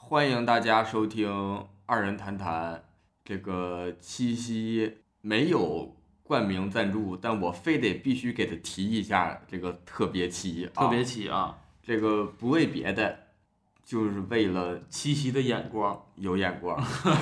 欢迎大家收听二人谈谈。这个七夕没有冠名赞助，但我非得必须给他提一下这个特别期啊！ 特别期啊！ 这个不为别的，就是为了七夕的眼光， 有眼光。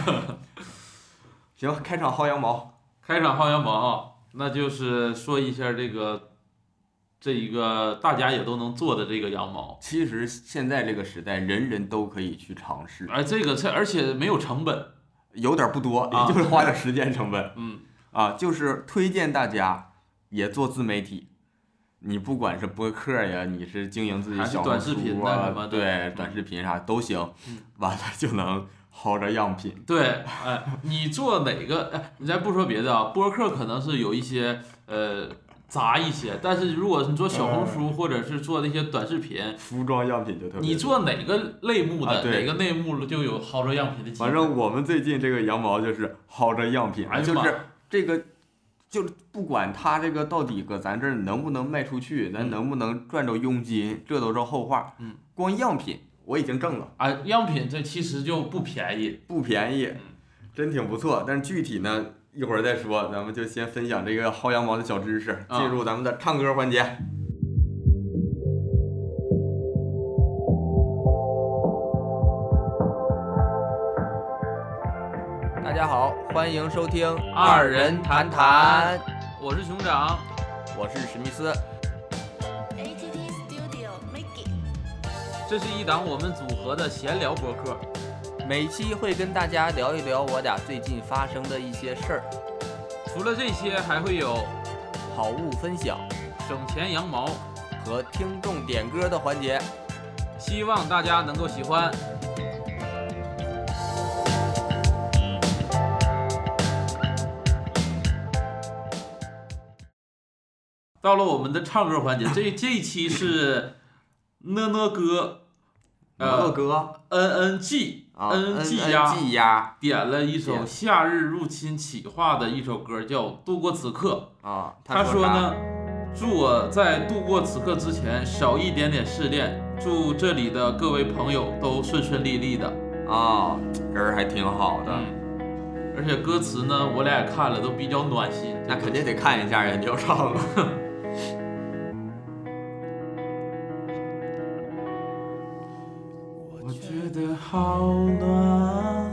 行，开场薅羊毛。 开场薅羊毛啊，那就是说一下这一个大家也都能做的这个羊毛。 其实现在这个时代，人人都可以去尝试。 而且没有成本， 有点不多，也就是花点时间成本。就是推荐大家也做自媒体。你不管是播客呀，你是经营自己小红书啊，对，短视频啥都行。完了就能薅着样品。 对，你做哪个？你再不说别的啊，播客可能是有一些杂一些，但是如果你做小红书或者是做那些短视频， 服装样品就特别。 你做哪个类目的，哪个内幕就有薅着样品的机会。 反正我们最近这个羊毛就是薅着样品，就是这个，就不管它这个到底搁咱这儿能不能卖出去，咱能不能赚着佣金，这都是后话。光样品我已经挣了。 样品这其实就不便宜， 真挺不错。但是具体呢，一会儿再说，咱们就先分享这个薅羊毛的小知识，进入咱们的唱歌环节。大家好，欢迎收听二人谈谈，我是熊掌， 我是史密斯。 这是一档我们组合的闲聊播客， 每期会跟大家聊一聊我俩最近发生的一些事儿。 除了这些，还会有好物分享、 省钱羊毛和听众点歌的环节， 希望大家能够喜欢。到了我们的唱歌环节，这一期是呢哥NNG 呀点了一首夏日入侵企划的一首歌，叫《度过此刻》他说呢，祝我在度过此刻之前少一点点试炼，祝这里的各位朋友都顺顺利利的歌还挺好的。 而且歌词呢，我俩也看了，都比较暖心。 那肯定得看一下人家要唱了。 我觉得好暖，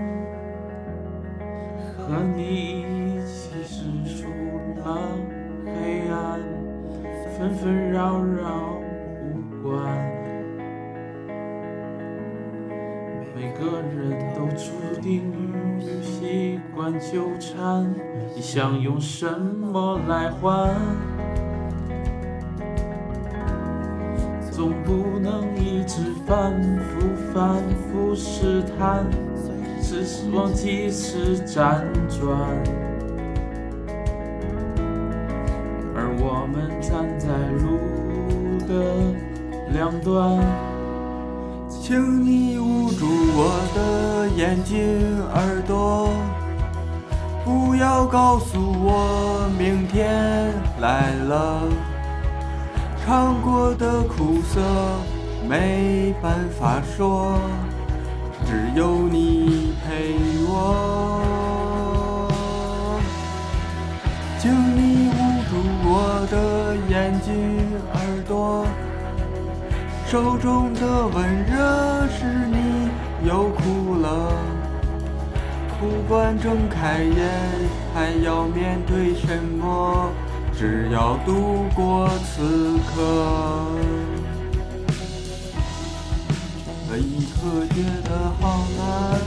和你一起驶出了黑暗，纷纷扰扰无关，每个人都注定与习惯纠缠，你想用什么来换？总不能一直反复试探，只是忘记是辗转。而我们站在路的两端， 请你捂住我的眼睛耳朵，不要告诉我明天来了。尝过的苦涩没办法说，只有你陪我。请你捂住我的眼睛耳朵，手中的温热使你又哭了。不管睁开眼还要面对什么，只要度过此刻。一刻觉得好难，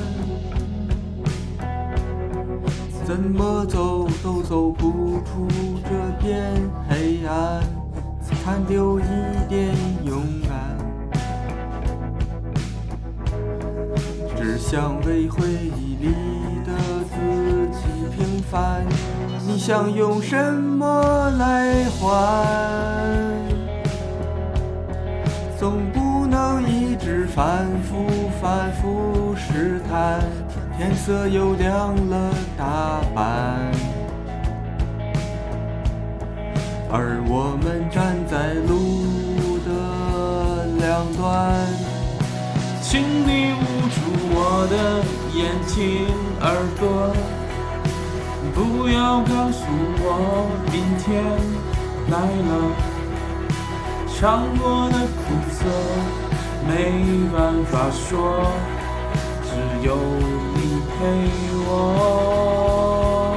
怎么走都走不出这片黑暗，残留一点勇敢，只想为回忆里的自己平凡。你想用什么来换？总不能一直反复试探，天色又亮了大半，而我们站在路的两端。 请你捂住我的眼睛耳朵，不要告诉我明天来了，尝过的苦涩没办法说，只有你陪我。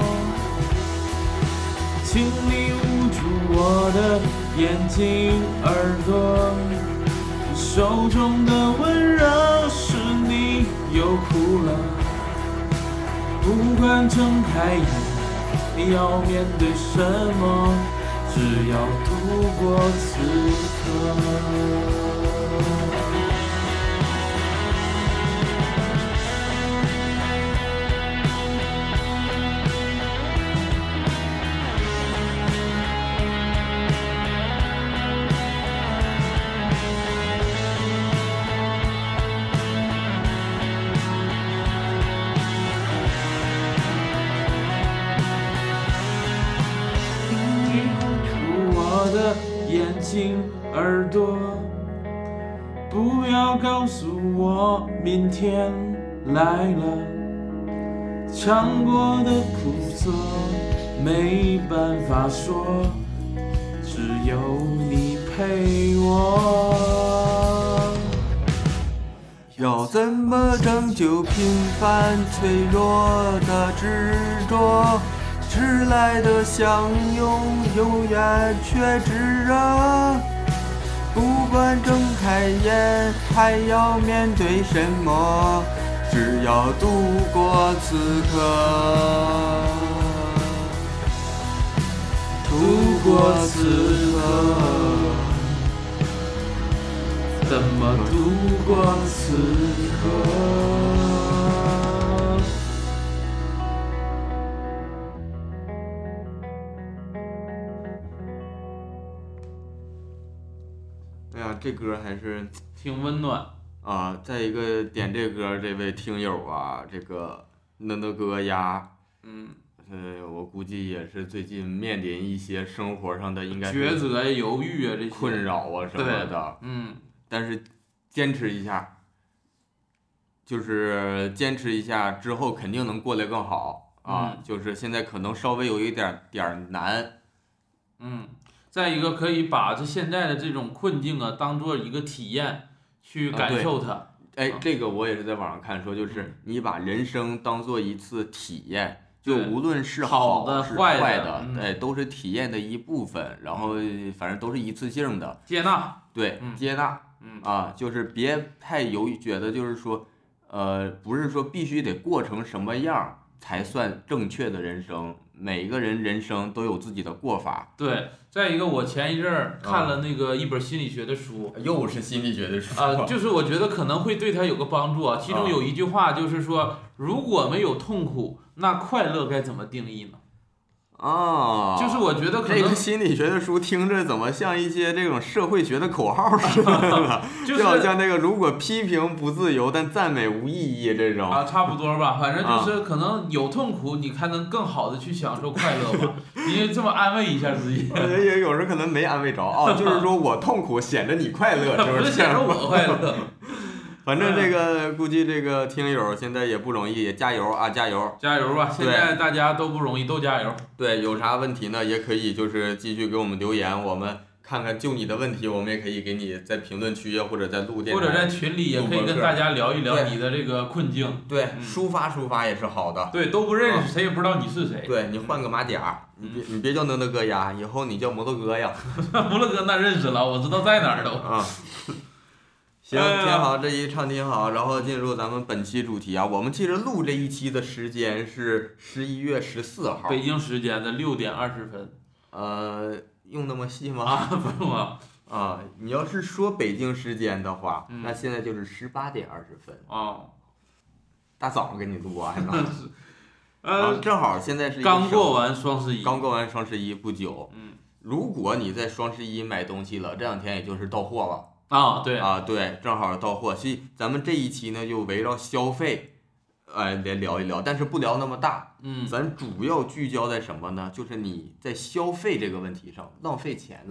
请你捂住我的眼睛耳朵，手中的温热使你又哭了，不管睁开眼你要面对什么，只要度过此刻。眼睛耳朵，不要告诉我明天来了，尝过的苦涩没办法说，只有你陪我。 要怎么拯救平凡脆弱的执着，迟来的相拥永远却炙热，不管睁开眼还要面对什么，只要度过此刻，度过此刻， 怎么度过此刻？ 这歌还是挺温暖啊！再一个点这歌这位听友啊，这个那哥呀，我估计也是最近面临一些生活上的应该抉择、犹豫啊这些困扰啊什么的，但是坚持一下，就是坚持一下之后肯定能过得更好啊！就是现在可能稍微有一点难， 再一个可以把现在的这种困境啊当做一个体验去感受它。 这个我也是在网上看说，就是你把人生当做一次体验，就无论是好的是坏的，都是体验的一部分，然后反正都是一次性的。 接纳。 对，接纳。就是别太犹豫，觉得就是说，不是说必须得过成什么样才算正确的人生。每个人人生都有自己的过法。 对，再一个，我前一阵儿看了那个一本心理学的书， 又是心理学的书就是我觉得可能会对他有个帮助啊。其中有一句话就是说，如果没有痛苦，那快乐该怎么定义呢？就是我觉得可能这个心理学的书听着怎么像一些这种社会学的口号似的，就好像那个如果批评不自由，但赞美无意义这种差不多吧。反正就是可能有痛苦，你才能更好的去享受快乐吧。你这么安慰一下自己， 也有时候可能没安慰着就是说我痛苦显着你快乐，是不是？ 显着我快乐。 反正这个估计这个听友现在也不容易，也加油啊，加油！ 加油吧！现在大家都不容易，都加油。 对，有啥问题呢，也可以就是继续给我们留言，我们看看就你的问题，我们也可以给你在评论区或者在录电台， 或者在群里也可以跟大家聊一聊你的这个困境。 对，抒发也是好的。 对，都不认识，谁也不知道你是谁。 对，你换个马甲，你别叫那哥呀，以后你叫摩托哥呀。 摩托哥那认识了，我知道在哪儿都。 行，挺好，这一唱挺好，然后进入咱们本期主题啊。我们其实录这一期的时间是11月14号， 北京时间的6点20分。 用那么细吗？ 不用啊。 你要是说北京时间的话，那现在就是18点20分。大早上给你录完了。正好现在是刚过完双十一不久。如果你在双11买东西了，这2天也就是到货了。对，正好到货。所以咱们这一期呢，就围绕消费，来聊一聊，但是不聊那么大。咱主要聚焦在什么呢？就是你在消费这个问题上浪费钱了没？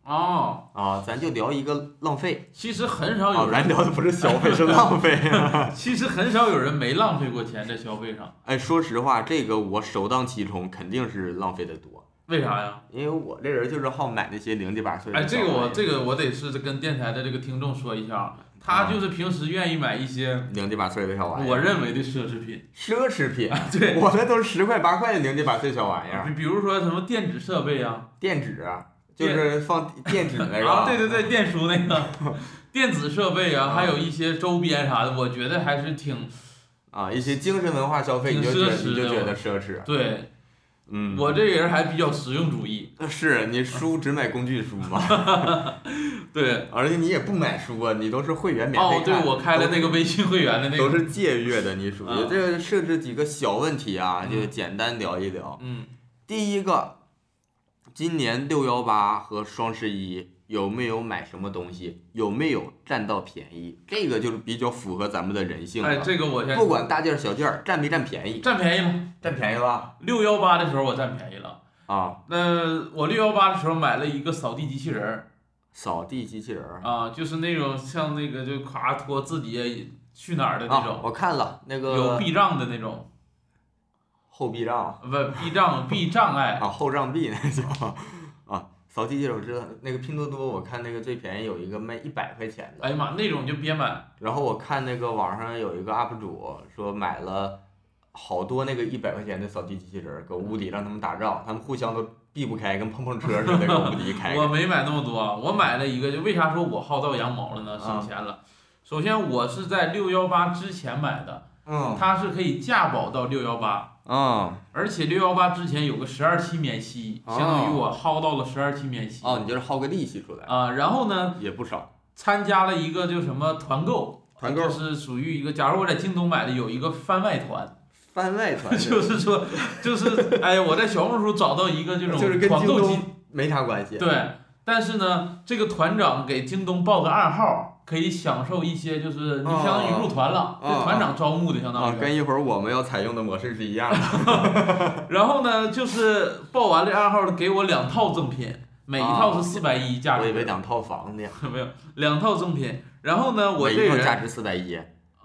咱就聊一个浪费。 其实很少有人咱聊的不是消费，是浪费。 其实很少有人没浪费过钱在消费上。 哎，说实话，这个我首当其冲，肯定是浪费的多。 为啥呀？ 因为我这人就是好买那些零七八碎的。 哎，这个我得是跟电台的这个听众说一下，他就是平时愿意买一些零七八碎的小玩意儿， 我认为的奢侈品。 奢侈品， 对， 我那都是10块8块的零七八碎小玩意儿。 比如说什么电子设备啊， 电子就是放电纸那个。 对对对，电书那个，电子设备啊，还有一些周边啥的，我觉得还是挺一些精神文化消费，你就觉得奢侈。 对。我这个人还比较实用主义。 是你书只买工具书嘛？ 对， 而且你也不买书啊，你都是会员免费看。 对，我开了那个微信会员的那个。 都是借阅的，你属于这个设置几个小问题啊，就简单聊一聊。第一个，今年618和双11有没有买什么东西？有没有占到便宜？这个就是比较符合咱们的人性了。 哎，这个我不管大件小件，占没占便宜？ 占便宜了， 占便宜了。 618的时候我占便宜了。那我618的时候买了一个扫地机器人。 扫地机器人就是那种像那个就咔拖自己去哪儿的那种。 我看了那个。 有避障的那种。 后避障。 不，避障碍。 后障壁那叫。扫地机器人我知道，那个拼多多我看那个最便宜有一个卖100块钱的。 哎呀妈，那种就别买。 然后我看那个网上有一个 UP 主说买了好多那个100块钱的扫地机器人，搁屋里让他们打仗，他们互相都避不开，跟碰碰车似的搁屋里开。 我没买那么多，我买了一个，就为啥说我薅到羊毛了呢？省钱了。首先我是在618之前买的，它是可以价保到618。而且618之前有个12期免息，相当于我薅到了12期免息。 你就是薅个利息出来。 然后呢？ 也不少。 参加了一个就什么团购，就是属于一个，假如我在京东买的有一个番外团。 番外团。 就是说，哎，我在小红书找到一个这种团购机， 没啥关系。 对，但是呢，这个团长给京东报个暗号。可以享受一些，就是你相当于入团了，这团长招募的相当于。 跟一会儿我们要采用的模式是一样的。 然后呢，就是报完了暗号，给我2套赠品，每一套是410价值。 我以为2套房呢。 没有，2套赠品。然后呢，我这人。 每一套价值410。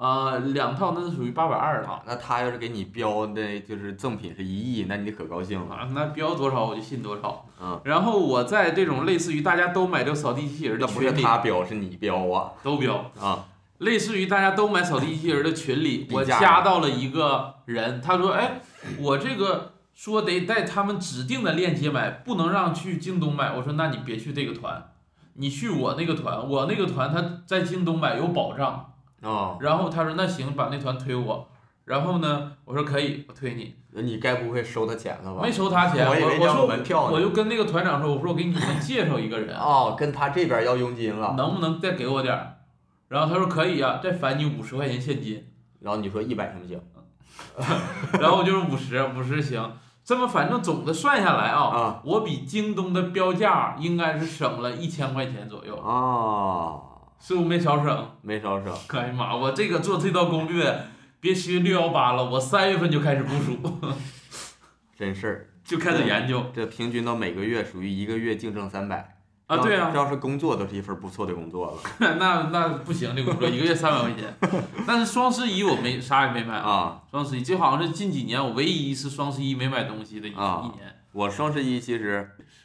2套那是属于820了。 那他要是给你标的就是赠品是1亿，那你可高兴了。 那标多少我就信多少。然后我在这种类似于大家都买这个扫地机器人的群里。 那不是他标，是你标啊。 都标。类似于大家都买扫地机器人的群里，我加到了一个人，他说：“哎，我这个说得在他们指定的链接买，不能让去京东买。”我说：“那你别去这个团，你去我那个团，我那个团他在京东买有保障。”然后他说那行，把那团推我，然后呢，我说可以，我推你。 你该不会收他钱了吧？ 没收他钱， 我说门票呢。 我就跟那个团长说，我说我给你们介绍一个人。 跟他这边要佣金了。 能不能再给我点儿？然后他说可以啊，再返你50块钱现金。 然后你说100行不行？ 然后我就是50行。这么反正总的算下来我比京东的标价应该是省了1000块钱左右。是不是没少省？ 没少省。 哎呀妈，我这个做这道攻略，别学618了，我3月份就开始部署。 真事儿。 就开始研究。 这平均到每个月属于1个月净挣300。 对啊。 这要是工作都是一份不错的工作了。 那不行，这工作1个月300块钱。但是双11我啥也没买双11这好像是近几年我唯一一次双11没买东西的一年。 我双11其实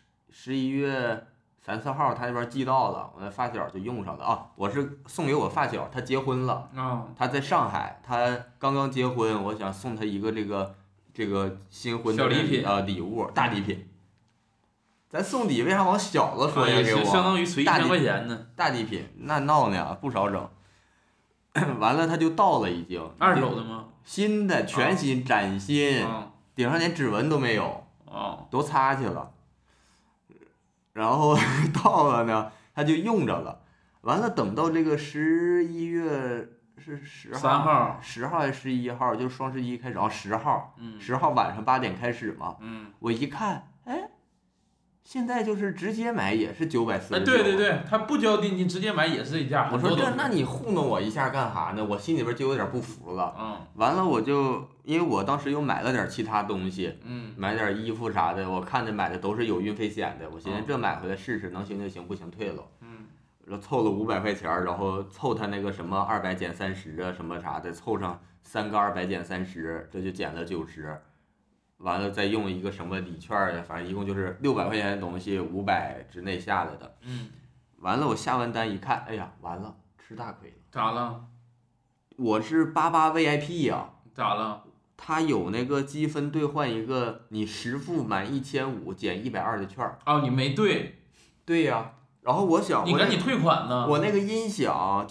11月3、4号他那边寄到了，我那发小就用上了我是送给我发小，他结婚了他在上海，他刚刚结婚，我想送他一个这个新婚的小礼品礼物大礼品。咱送礼为啥往小了说呀？给我相当于随1000块钱呢。 大礼品那闹呢，不少整。完了他就到了已经。 2手的吗？ 新的，全新崭新，顶上连指纹都没有都擦去了。然后到了呢，他就用着了。完了，等到这个11月是 10号 ，10号还是11号，就是双11开始10号，10号晚上8点开始嘛。我一看，哎， 现在就是直接买也是949。 对，他不交定金直接买也是一价。 我说那你糊弄我一下干啥呢？我心里边就有点不服了。完了我就因为我当时又买了点其他东西，买点衣服啥的，我看着买的都是有运费险的，我寻思这买回来试试，能行就行，不行退了。然后凑了500块钱，然后凑他那个什么200减30啊什么啥的，凑上3个200减30，这就减了90。完了再用一个什么礼券呀，反正一共就是600块钱的东西，500之内下来的。完了我下完单一看，哎呀，完了，吃大亏了。 咋了？ 我是88 VIP 呀。 咋了？ 他有那个积分兑换一个你实付满1500减120的券。 哦，你没兑。 对呀。然后我想， 你赶紧退款呢。 我那个音响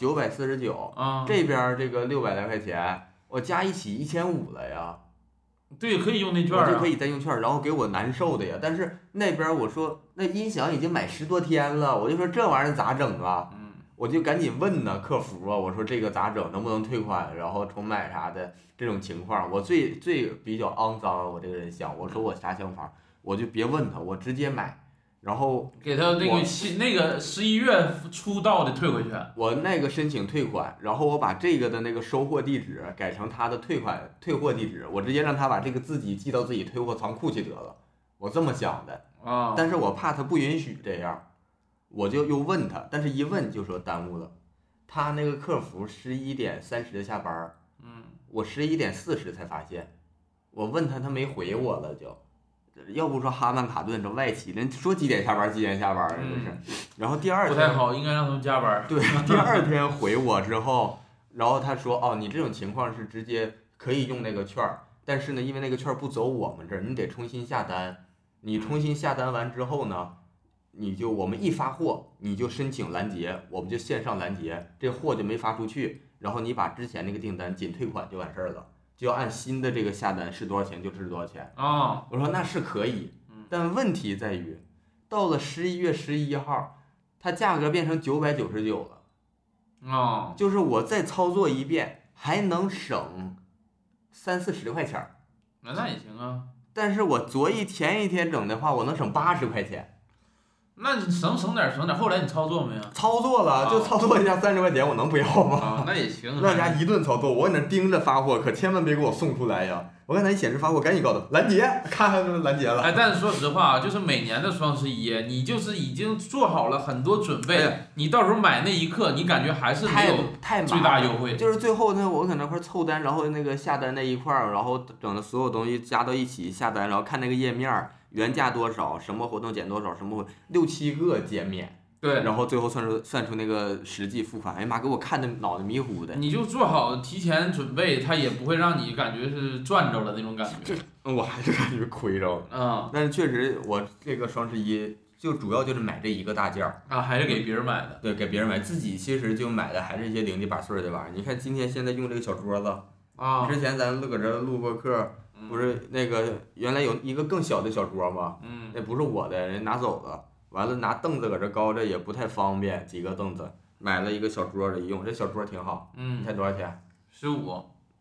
949，这边这个600来块钱，我加一起1500了呀。 对，可以用那券我就可以再用券，然后给我难受的呀。但是那边我说那音响已经买10多天了，我就说这玩意儿咋整啊？我就赶紧问呢客服啊，我说这个咋整，能不能退款，然后重买啥的这种情况，我最比较肮脏，我这个人想，我说我啥想法，我就别问他，我直接买。然后给他那个11月初到的退回去。 我那个申请退款，然后我把这个的那个收货地址改成他的退货地址，我直接让他把这个自己寄到自己退货仓库去得了，我这么想的。但是我怕他不允许这样，我就又问他，但是一问就说耽误了，他那个客服11点30下班，我11点40才发现，我问他没回我了就。要不说哈曼卡顿这外企，人说几点下班几点下班这是。然后第二天不太好，应该让他们加班。 对，第二天回我之后，然后他说哦，你这种情况是直接可以用那个券儿，但是呢，因为那个券儿不走我们这儿，你得重新下单。你重新下单完之后呢，我们一发货，你就申请拦截，我们就线上拦截，这货就没发出去，然后你把之前那个订单仅退款就完事儿了。就要按新的这个下单是多少钱就是多少钱。我说那是可以，但问题在于，到了11月11号，它价格变成999了。就是我再操作一遍，还能省30-40块钱。 那也行啊。 但是我前一天整的话，我能省80块钱。 那你省点，后来你操作没有？ 操作了，就操作一下30块钱，我能不要吗？ 那也行。 那家一顿操作，我在那盯着发货，可千万别给我送出来呀！我刚才一显示发货，赶紧告诉他拦截，看看拦截了。 但是说实话，就是每年的双11，你就是已经做好了很多准备，你到时候买那一刻，你感觉还是没有最大优惠。 就是最后呢，我搁那块凑单，然后那个下单那一块儿，然后整的所有东西加到一起下单，然后看那个页面。原价多少，什么活动减多少，什么6-7个减免， 对， 然后最后算出那个实际付款，哎呀妈，给我看的脑袋迷糊的。 你就做好提前准备，他也不会让你感觉是赚着了那种感觉。 我还是感觉亏着了。但是确实，我这个双11就主要就是买这一个大件儿还是给别人买的。 对，给别人买，自己其实就买的还是一些零七八碎的玩意儿。你看今天现在用这个小桌子之前咱搁这录播课。不是那个原来有一个更小的小桌吗？那不是我的，人拿走了。完了拿凳子搁这高着也不太方便，几个凳子买了一个小桌子用，这小桌挺好。你猜多少钱 ？15。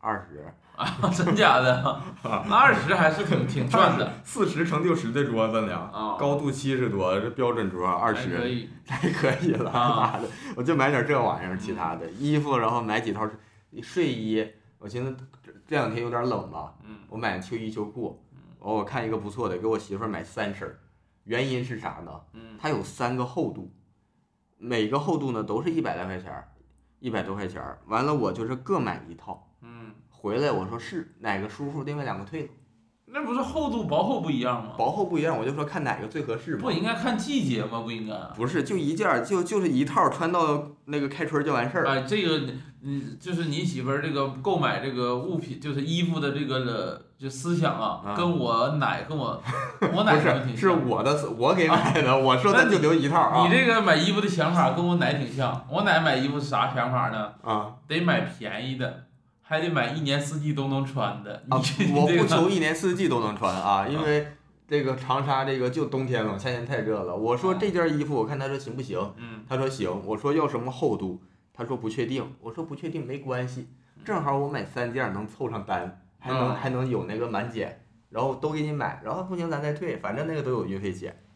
20。 真假的？那20还是挺赚的。 40×60的桌子呢，高度70多，这标准桌20，还可以了。妈的，我就买点这玩意儿，其他的衣服，然后买几套睡衣，我寻思。这2天有点冷吧，我买秋衣秋裤，我看一个不错的，给我媳妇儿买3身，原因是啥呢？它有3个厚度，每个厚度呢都是100来块钱，100多块钱，完了我就是各买一套，回来我说是哪个舒服，另外2个退了。 那不是厚度薄厚不一样吗？ 薄厚不一样，我就说看哪个最合适嘛。 不应该看季节吗？不应该。 不是，就一件就是一套，穿到那个开春就完事儿。 这个就是你媳妇儿这个购买这个物品，就是衣服的这个就思想跟我奶跟我奶挺像。 是我给买的，我说咱就留一套。 你这个买衣服的想法跟我奶挺像，我奶买衣服是啥想法呢？得买便宜的。还得买1年4季都能穿的。 我不求1年4季都能穿啊，因为这个长沙这个就冬天冷，夏天太热了。我说这件衣服，我看他说行不行？他说行。我说要什么厚度？他说不确定。我说不确定没关系，正好我买3件能凑上单，还能有那个满减，然后都给你买，然后不行咱再退，反正那个都有运费险。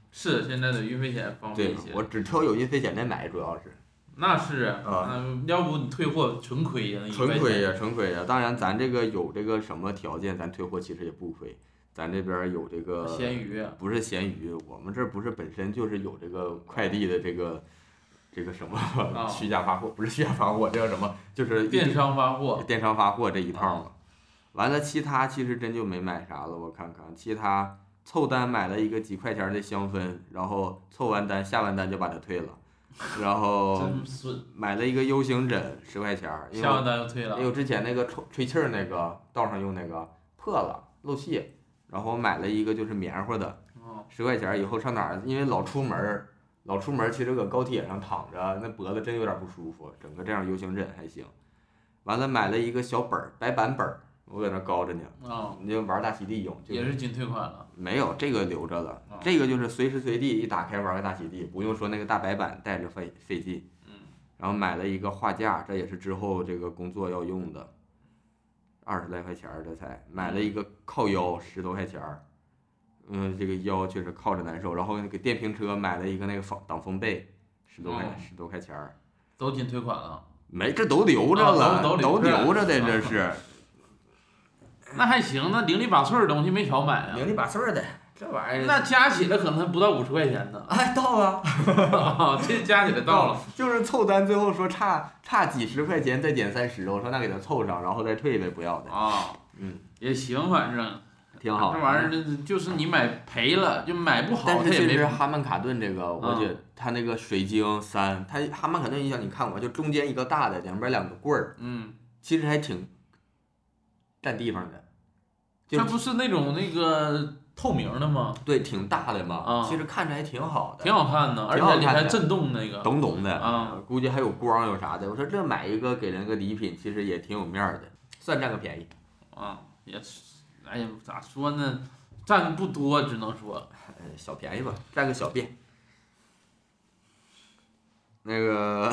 是现在的运费险方便一些。 对，我只挑有运费险的买，主要是。 那是啊，要不你退货纯亏呀。 纯亏呀，纯亏呀！当然，咱这个有这个什么条件，咱退货其实也不亏。咱这边有这个闲鱼， 不是闲鱼，我们这不是本身就是有这个快递的这个什么虚假发货，不是虚假发货，这叫什么？就是电商发货。 电商发货这一套嘛。完了，其他其实真就没买啥了，我看看，其他凑单买了一个几块钱的香氛，然后凑完单下完单就把它退了。然后买了一个 U 型枕10块钱， 下完单又退了。 因为我之前那个吹气儿那个道上用那个破了漏气，然后我买了一个就是棉花的，10块钱以后上哪儿？因为老出门其实搁高铁上躺着，那脖子真有点不舒服，整个这样 U 型枕还行。完了买了一个小本儿，白板本儿，我搁那高着呢。你就玩大溪地用。 也是仅退款了。 没有，这个留着了。这个就是随时随地一打开玩个大溪地，不用说那个大白板带着费劲。然后买了一个画架，这也是之后这个工作要用的，20来块钱这才。买了一个靠腰10多块钱，这个腰确实靠着难受。然后给电瓶车买了一个那个挡风被，10多块钱。 都仅退款了。 没，这都留着了，都留着的这是。 那还行，那零里八碎的东西没少买啊。 零里八碎的，这玩意儿。 那加起来可能不到50块钱呢。 哎，到了。 这加起来到了。 就是凑单，最后说差几十块钱再减30，我说那给他凑上，然后再退呗，不要的。 也行，反正。 挺好。 这玩意儿就是你买赔了就买不好， 但是其实哈曼卡顿这个，我觉得它那个水晶3，它哈曼卡顿音响你看过，就中间一个大的，两边2个棍儿。其实还挺。占地方的， 它不是那种那个透明的吗？ 对，挺大的嘛，其实看着还挺好的， 挺好看的，而且里还震动那个， 咚的，估计还有光有啥的。我说这买一个给人个礼品，其实也挺有面的，算占个便宜。 也是，哎呀，咋说呢，占不多，只能说， 小便宜吧，占个小便。那个，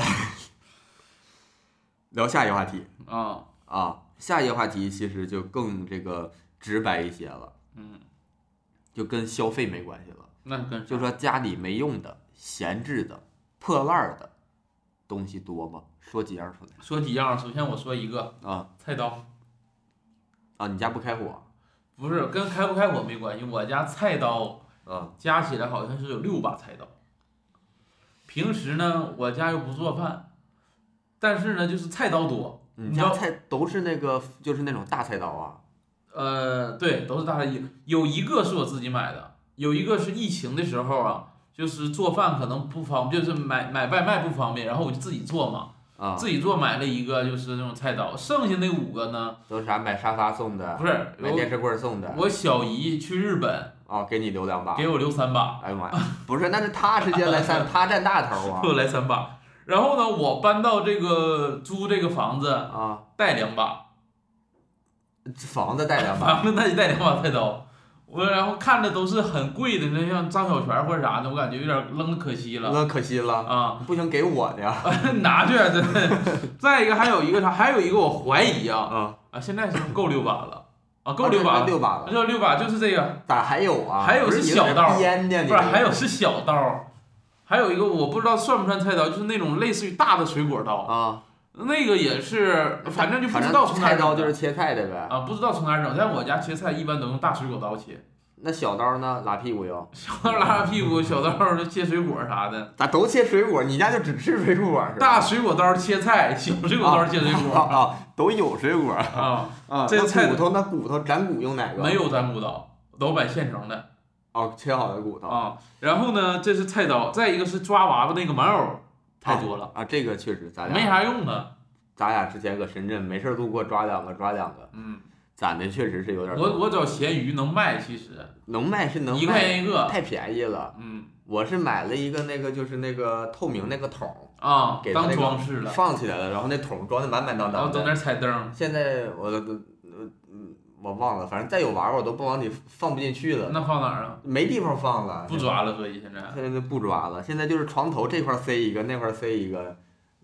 聊下一个话题。下一个话题其实就更这个直白一些了，就跟消费没关系了。 那跟就说家里没用的、闲置的、破烂的东西多吗？说几样出来。 说几样，首先我说一个菜刀。 你家不开火？ 不是，跟开不开火没关系。我家菜刀加起来好像是有6把菜刀。平时呢，我家又不做饭，但是呢，就是菜刀多。 你家菜都是那个，就是那种大菜刀啊？ 对，都是大菜刀。有一个是我自己买的，有一个是疫情的时候啊，就是做饭可能不方便，就是买外卖不方便，然后我就自己做嘛。自己做买了一个就是那种菜刀，剩下那5个呢？ 都是啥？买沙发送的？ 不是， 买电视柜送的。 我小姨去日本。 给你留2把。 给我留3把。 哎呀妈呀！不是，那是他直接来他占大头啊。 给我来3把。然后呢，我搬到这个租这个房子带2把， 房子带2把， 房子那就带2把菜刀。然后看着都是很贵的，那像张小泉或者啥的，我感觉有点扔的可惜了。 可惜了不行，给我的呀。 拿去真的。再一个还有一个啥？还有一个我怀疑现在是不是够6把了？够6把了。 6把了。 这6把就是这个。 咋还有啊？ 还有是小刀。 不是，还有是小刀。还有一个我不知道算不算菜刀，就是那种类似于大的水果刀那个也是，反正就不知道从哪儿整的。 菜刀就是切菜的呗。 不知道从哪儿整，在我家切菜一般都用大水果刀切。 那小刀呢？拉屁股用？ 小刀拉屁股，小刀就切水果啥的。 咋都切水果？你家就只吃水果是吧？ 大水果刀切菜，小水果刀切水果。 都有水果这菜骨头斩骨用哪个？ 没有斩骨刀，都买现成的。 切好的骨头然后呢，这是菜刀，再一个是抓娃娃那个玩偶，太多了这个确实咱俩没啥用啊。 咱俩之前搁深圳没事路过抓2个，攒的确实是有点多。 我找闲鱼能卖，其实能卖是能卖，1 块钱1个， 太便宜了。我是买了一个那个就是那个透明那个桶给当装饰了， 放起来了，然后那桶装的满满当当的， 然后整点彩灯。 现在我忘了，反正再有娃娃我都不往里放不进去了。 那放哪儿啊？ 没地方放了。 不抓了，所以现在不抓了，现在就是床头这块塞一个，那块塞一个。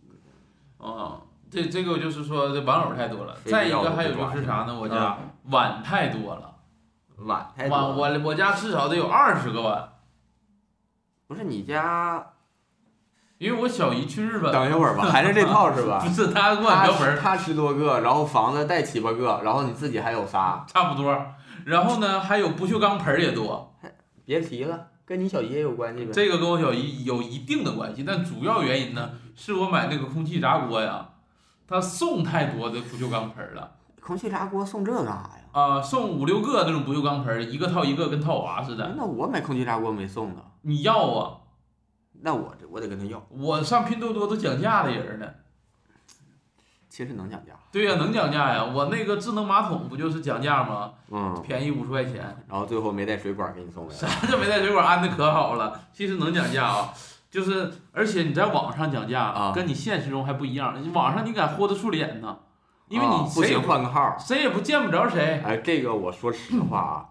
这个就是说这玩偶太多了。再一个还有就是啥呢？我家碗太多了。 碗太多了。 我家至少得有20个碗。 不是你家。 因为我小姨去日本。 等一会儿吧，还是这套是吧？ 不是，他给我标本。 他10多个，然后房子带7、8个，然后你自己还有仨。 差不多。然后呢，还有不锈钢盆也多。 别提了，跟你小姨也有关系呗。 这个跟我小姨有一定的关系，但主要原因呢，是我买那个空气炸锅呀，他送太多的不锈钢盆了。 空气炸锅送这干啥呀？ 送5、6个那种不锈钢盆，一个套一个，跟套娃似的。 那我买空气炸锅没送的。 你要啊？ 那我得跟他要。 我上拼多多都讲价的人呢。 其实能讲价。 对呀，能讲价呀！我那个智能马桶不就是讲价吗？便宜50块钱。 然后最后没带水管给你送来。 啥叫没带水管？安的可好了。其实能讲价啊，就是而且你在网上讲价跟你现实中还不一样。网上你敢豁得出脸呢？因为你不行换个号， 谁也不见不着谁。 哎，这个我说实话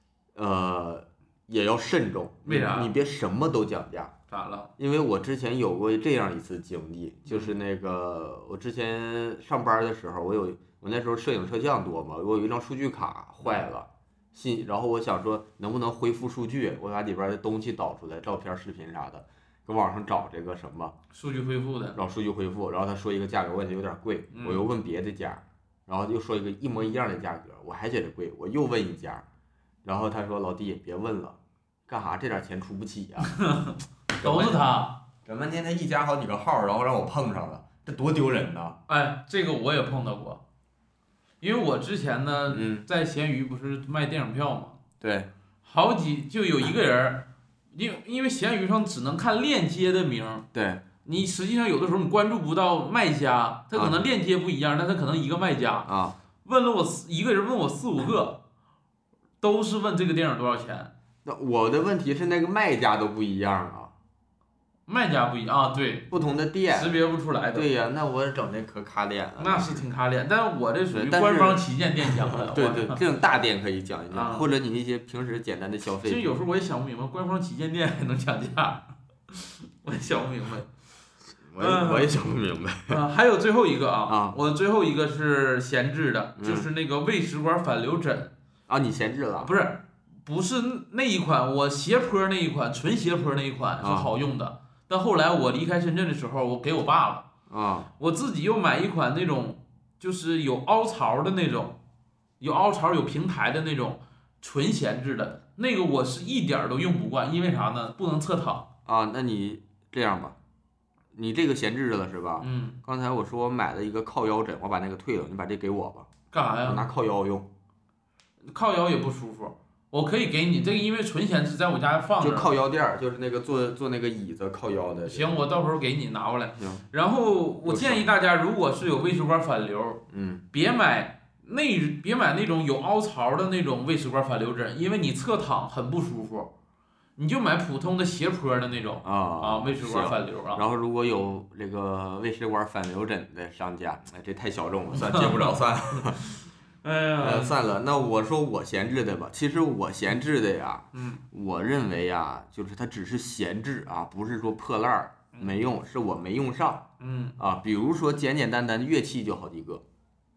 也要慎重。 为啥？ 你别什么都讲价。 咋了？ 因为我之前有过这样一次经历，就是那个我之前上班的时候，我那时候摄影摄像多嘛，我有一张数据卡坏了，然后我想说能不能恢复数据，我把里边的东西导出来，照片、视频啥的，搁网上找这个什么数据恢复的， 找数据恢复，然后他说一个价格，我觉得有点贵，我又问别的家，然后又说一个一模一样的价格，我还觉得贵，我又问一家，然后他说老弟别问了，干啥这点钱出不起呀？ 都是他， 整半天他一加好几个号，然后让我碰上了，这多丢人呐！ 哎，这个我也碰到过，因为我之前呢，在闲鱼不是卖电影票嘛， 对， 就有一个人，因为闲鱼上只能看链接的名， 对， 你实际上有的时候你关注不到卖家，他可能链接不一样，但他可能一个卖家啊， 问了我一个人问我4、5个，都是问这个电影多少钱。 那我的问题是那个卖家都不一样啊。 卖家不一样啊，对， 不同的店识别不出来的。 对呀，那我整的可卡脸了。 那是挺卡脸，但是我这属于官方旗舰店讲的。 对，这种大店可以讲一讲，或者你一些平时简单的消费。 其实有时候我也想不明白，官方旗舰店还能讲价，我也想不明白。 我也想不明白。 还有最后一个啊，我最后一个是闲置的，就是那个胃食管反流枕。 啊，你闲置了？ 不是那一款，我斜坡那一款，纯斜坡那一款是好用的。但后来我离开深圳的时候，我给我爸了。我自己又买一款那种，就是有凹槽的那种，有凹槽有平台的那种，纯闲置的那个我是一点都用不惯，因为啥呢？不能侧躺。 那你这样吧，你这个闲置了是吧？刚才我说我买了一个靠腰枕，我把那个退了，你把这给我吧。 干啥呀？ 我拿靠腰用。 靠腰也不舒服。我可以给你这个，因为纯闲置在我家放着。 就靠腰垫儿，就是那个坐那个椅子靠腰的。 行，我到时候给你拿过来。然后我建议大家，如果是有胃食管反流，别买那种有凹槽的那种胃食管反流枕，因为你侧躺很不舒服。你就买普通的斜坡的那种胃食管反流啊。 然后如果有这个胃食管反流枕的商家，这太小众了，算接不着算了。算了，那我说我闲置的吧。其实我闲置的呀，我认为呀，就是它只是闲置啊，不是说破烂儿没用，是我没用上。比如说简简单单的乐器就好几个。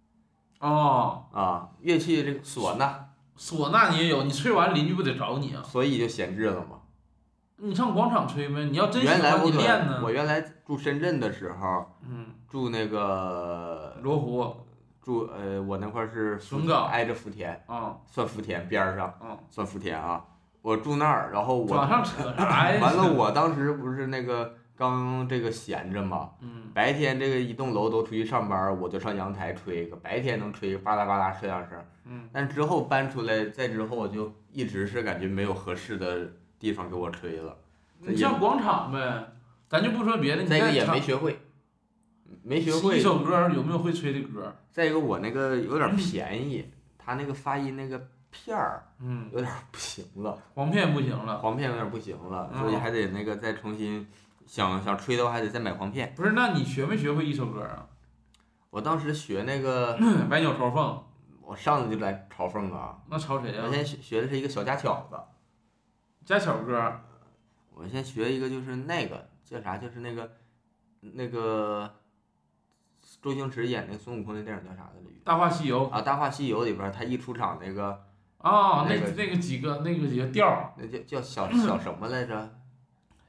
乐器这个唢呐你也有，你吹完邻居不得找你啊？ 所以就闲置了嘛。 你上广场吹呗，你要真喜欢你练呢。 我原来住深圳的时候，住那个罗湖。 我那块是挨着福田，算福田边上，算福田啊。我住那儿，然后我往上扯啥呀？ 完了，我当时不是那个刚这个闲着嘛，白天这个一栋楼都出去上班，我就上阳台吹个，白天能吹吧啦吧啦摄像声。但之后搬出来，再之后我就一直是感觉没有合适的地方给我吹了。 你上广场呗，咱就不说别的， 再一个也没学会。 一首歌有没有会吹的歌？ 再一个我那个有点便宜，他那个发音那个片儿，有点不行了。 黄片不行了。 黄片有点不行了，所以还得那个再重新想吹的话，还得再买黄片。 不是，那你学没学会一首歌啊？ 我当时学那个百鸟朝凤。 我上来就来嘲讽啊。 那嘲谁呀？ 我先学的是一个小家巧子。 家巧歌。 我先学一个就是那个叫啥，就是那个。周星驰演那个孙悟空那电影叫啥来着？ 大话西游啊，大话西游里边他一出场那个那个几个调儿， 那叫小什么来着？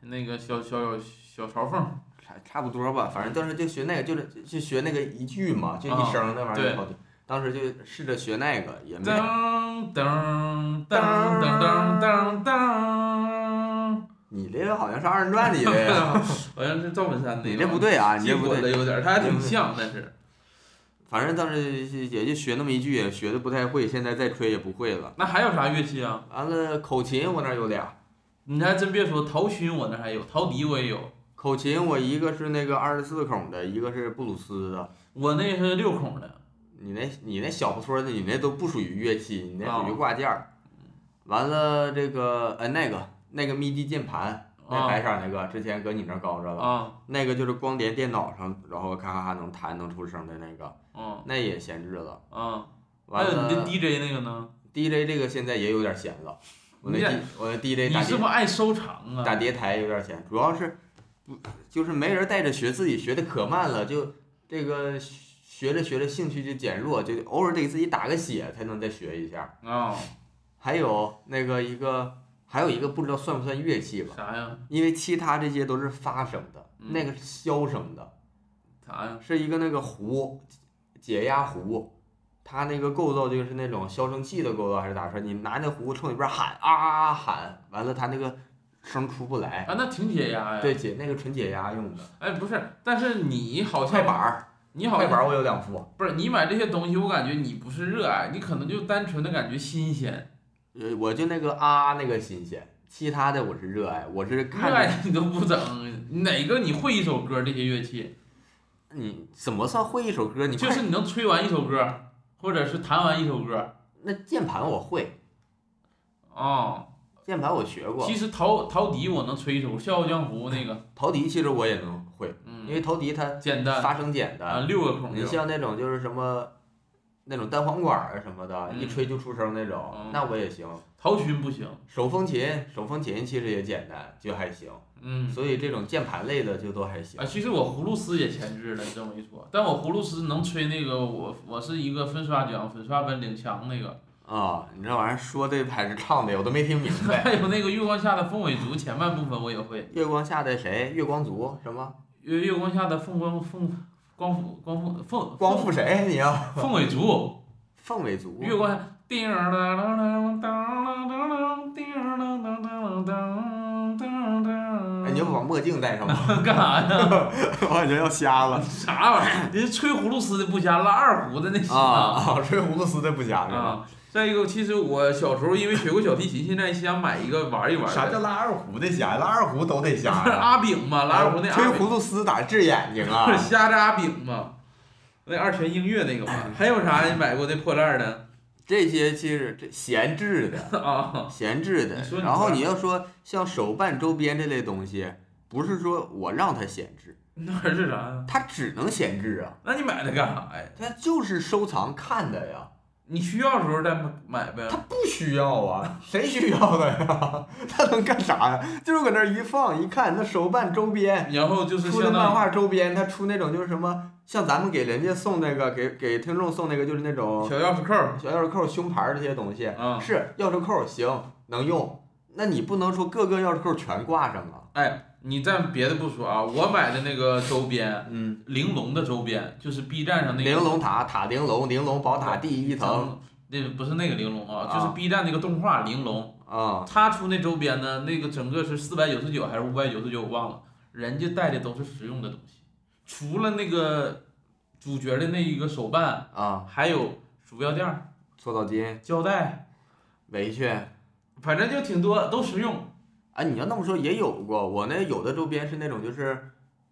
那个小朝凤。 差不多吧，反正当时就学那个，就学那个一句嘛，就一声那玩意儿好听。当时就试着学那个，也没。 噔噔噔噔噔噔噔。 你这个好像是二人转里的呀。 好像是赵本山的。 你这不对啊，你这不对。 有点，他还挺像，但是。 反正当时也就学那么一句，也学的不太会，现在再吹也不会了。 那还有啥乐器啊？ 完了，口琴我那有俩。 你还真别说，陶埙我那还有，陶笛我也有。 口琴我一个是那个24孔的，一个是布鲁斯的。 我那是6孔的。 你那小不戳的，你那都不属于乐器，你那属于挂件儿。完了这个那个 MIDI 键盘，那白色那个，之前搁你那高着了。那个就是光连电脑上，然后咔咔能弹能出声的那个。那也闲置了。 完了。还有你的 DJ 那个呢 ？DJ 这个现在也有点闲了。我那 DJ 你是不是爱收藏啊？ 打碟台有点闲，主要是就是没人带着学，自己学的可慢了，就这个学着兴趣就减弱，就偶尔得自己打个血才能再学一下。还有那个还有一个不知道算不算乐器吧？ 啥呀？ 因为其他这些都是发声的，那个是消声的。 啥呀？ 是一个那个壶，解压壶，它那个构造就是那种消声器的构造还是咋说？你拿那壶冲里边喊啊喊，完了它那个声出不来。 那挺解压呀。 对，那个纯解压用的。 哎，不是，但是你好像快板儿，快板儿我有2副。 不是你买这些东西，我感觉你不是热爱，你可能就单纯的感觉新鲜。 我就那个那个新鲜，其他的我是热爱，我是看。 热爱你都不整，哪个你会一首歌？这些乐器。 你怎么算会一首歌？ 就是你能吹完一首歌，或者是弹完一首歌。 那键盘我会。键盘我学过。 其实陶笛我能吹一首《笑傲江湖》那个。 陶笛其实我也能会，因为陶笛它简单， 发声简单。 6个孔。 你像那种就是什么，那种单簧管啊什么的，一吹就出声那种，那我也行。 陶埙不行。 手风琴其实也简单，就还行。所以这种键盘类的就都还行。 其实我葫芦丝也前置了，你这么一说，但我葫芦丝能吹那个，我是一个粉刷奖、粉刷本领强那个。 你这玩意儿说的还是唱的，我都没听明白。 还有那个月光下的凤尾竹前半部分我也会。 月光下的谁？月光族什么？ 月光下的光复谁你要？ 凤尾竹。 凤尾竹。 月光下。 你要不把墨镜戴上吗？ 干啥呀？ 我感觉要瞎了。 啥玩意儿？人吹葫芦丝的不瞎，拉二胡的那行。 吹葫芦丝的不瞎是吧？ 再一个，其实我小时候因为学过小提琴，现在想买一个玩一玩。 啥叫拉二胡的瞎？拉二胡都得瞎。 阿炳嘛，拉二胡那。 吹葫芦丝咋治眼睛啊？ 瞎着阿炳嘛，那二泉映月那个嘛。还有啥你买过的破烂的？ 这些其实闲置的。闲置的。然后你要说像手办周边这类东西，不是说我让它闲置。 那是啥呀？ 它只能闲置啊。 那你买它干啥呀？ 它就是收藏看的呀。 你需要的时候再买呗。 他不需要啊，谁需要的呀？他能干啥呀？就是搁那一放一看，那手办周边， 然后就是出的漫画周边，他出那种就是什么，像咱们给人家送那个，给听众送那个，就是那种小钥匙扣、胸牌这些东西，是钥匙扣行能用，那你不能说各个钥匙扣全挂上啊。 你暂别的不说啊，我买的那个周边，玲珑的周边，就是 B 站上那个。 玲珑塔、塔玲珑、玲珑宝塔第一层。 那不是那个玲珑啊，就是 B 站那个动画玲珑。他出那周边呢，那个整个是499还是599，我忘了。人家带的都是实用的东西，除了那个主角的那一个手办还有鼠标垫、 搓澡巾、 胶带、 围裙， 反正就挺多，都实用。 你要那么说也有过，我那有的周边是那种就是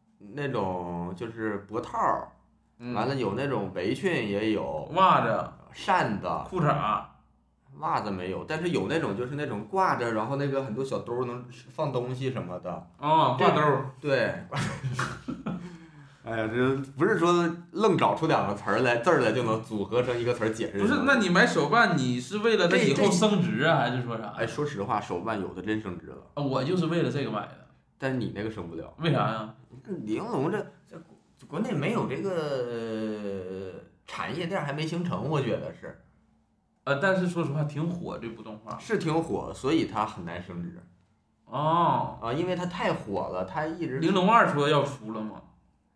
脖套，完了有那种围裙也有， 袜子、 扇子、 裤衩， 袜子没有，但是有那种就是那种挂着，然后那个很多小兜能放东西什么的。 挂兜。 对。哎呀，这不是说愣找出2个字儿来就能组合成一个词儿解释。 不是，那你买手办，你是为了它以后升值啊，还是说啥？ 说实话，手办有的真升值了。 我就是为了这个买的。 但是你那个升不了。 为啥呀？ 玲珑这国内没有这个产业链还没形成，我觉得是。 但是说实话挺火，这部动画。 是挺火，所以它很难升值。 哦。 啊，因为它太火了，它一直。 玲珑2说要出了吗？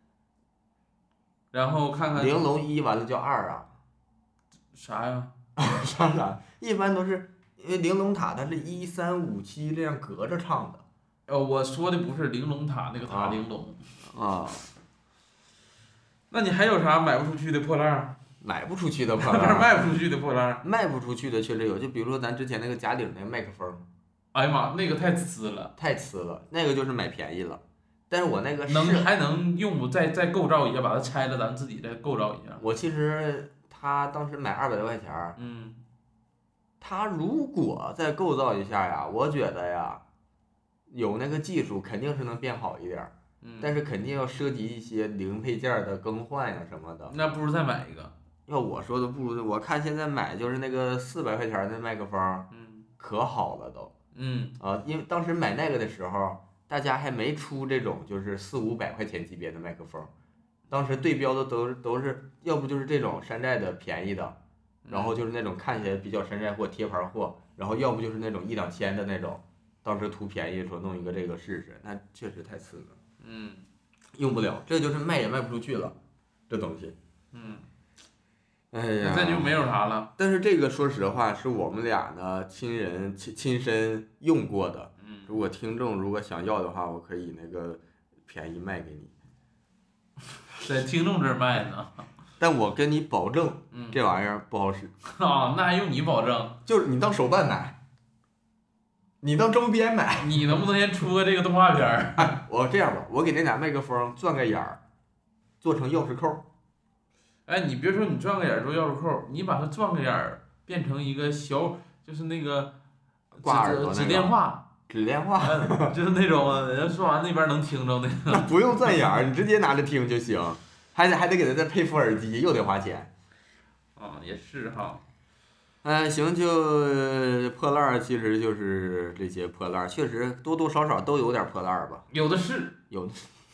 然后看看。 玲珑1完了叫2啊。 啥呀？ 啥？一般都是因为玲珑塔它是1、3、5、7这样隔着唱的。 我说的不是玲珑塔那个塔玲珑。 啊。 那你还有啥买不出去的破烂？ 买不出去的破烂。 卖不出去的破烂。 卖不出去的确实有，就比如说咱之前那个贾鼎那个麦克风。 哎呀妈，那个太呲了。 太呲了，那个就是买便宜了。但是我那个还能用不再构造一下，把它拆了，咱自己再构造一下。 我其实他当时买200多块钱他如果再构造一下呀，我觉得呀，有那个技术肯定是能变好一点。但是肯定要涉及一些零配件的更换呀什么的。 那不如再买一个。 要我说的不如我看现在买就是那个400块钱的麦克风，可好了都。因为当时买那个的时候，大家还没出这种就是400、500块钱级别的麦克风，当时对标的都是要不就是这种山寨的便宜的，然后就是那种看起来比较山寨货贴牌货，然后要不就是那种1、2千的那种，当时图便宜说弄一个这个试试，那确实太次了。用不了，这就是卖也卖不出去了，这东西。哎呀。 那就没有啥了。 但是这个说实话是我们俩呢亲身用过的。如果听众如果想要的话，我可以那个便宜卖给你。 在听众这儿卖呢。 但我跟你保证，这玩意儿不好使。 啊，那还用你保证？ 就是你当手办买，你当周边买。 你能不能先出个这个动画片儿？ 哎，我这样吧，我给那俩麦克风钻个眼儿，做成钥匙扣。 哎，你别说你钻个眼儿做钥匙扣，你把它钻个眼儿变成一个小，就是那个挂耳朵那个指电话。 指电话。 就是那种人家说完那边能听着那个。 那不用钻眼儿，你直接拿着听就行，还得给他再配副耳机，又得花钱。 也是哈。 行，就破烂其实就是这些破烂，确实多多少少都有点破烂吧。 有的是。 有的。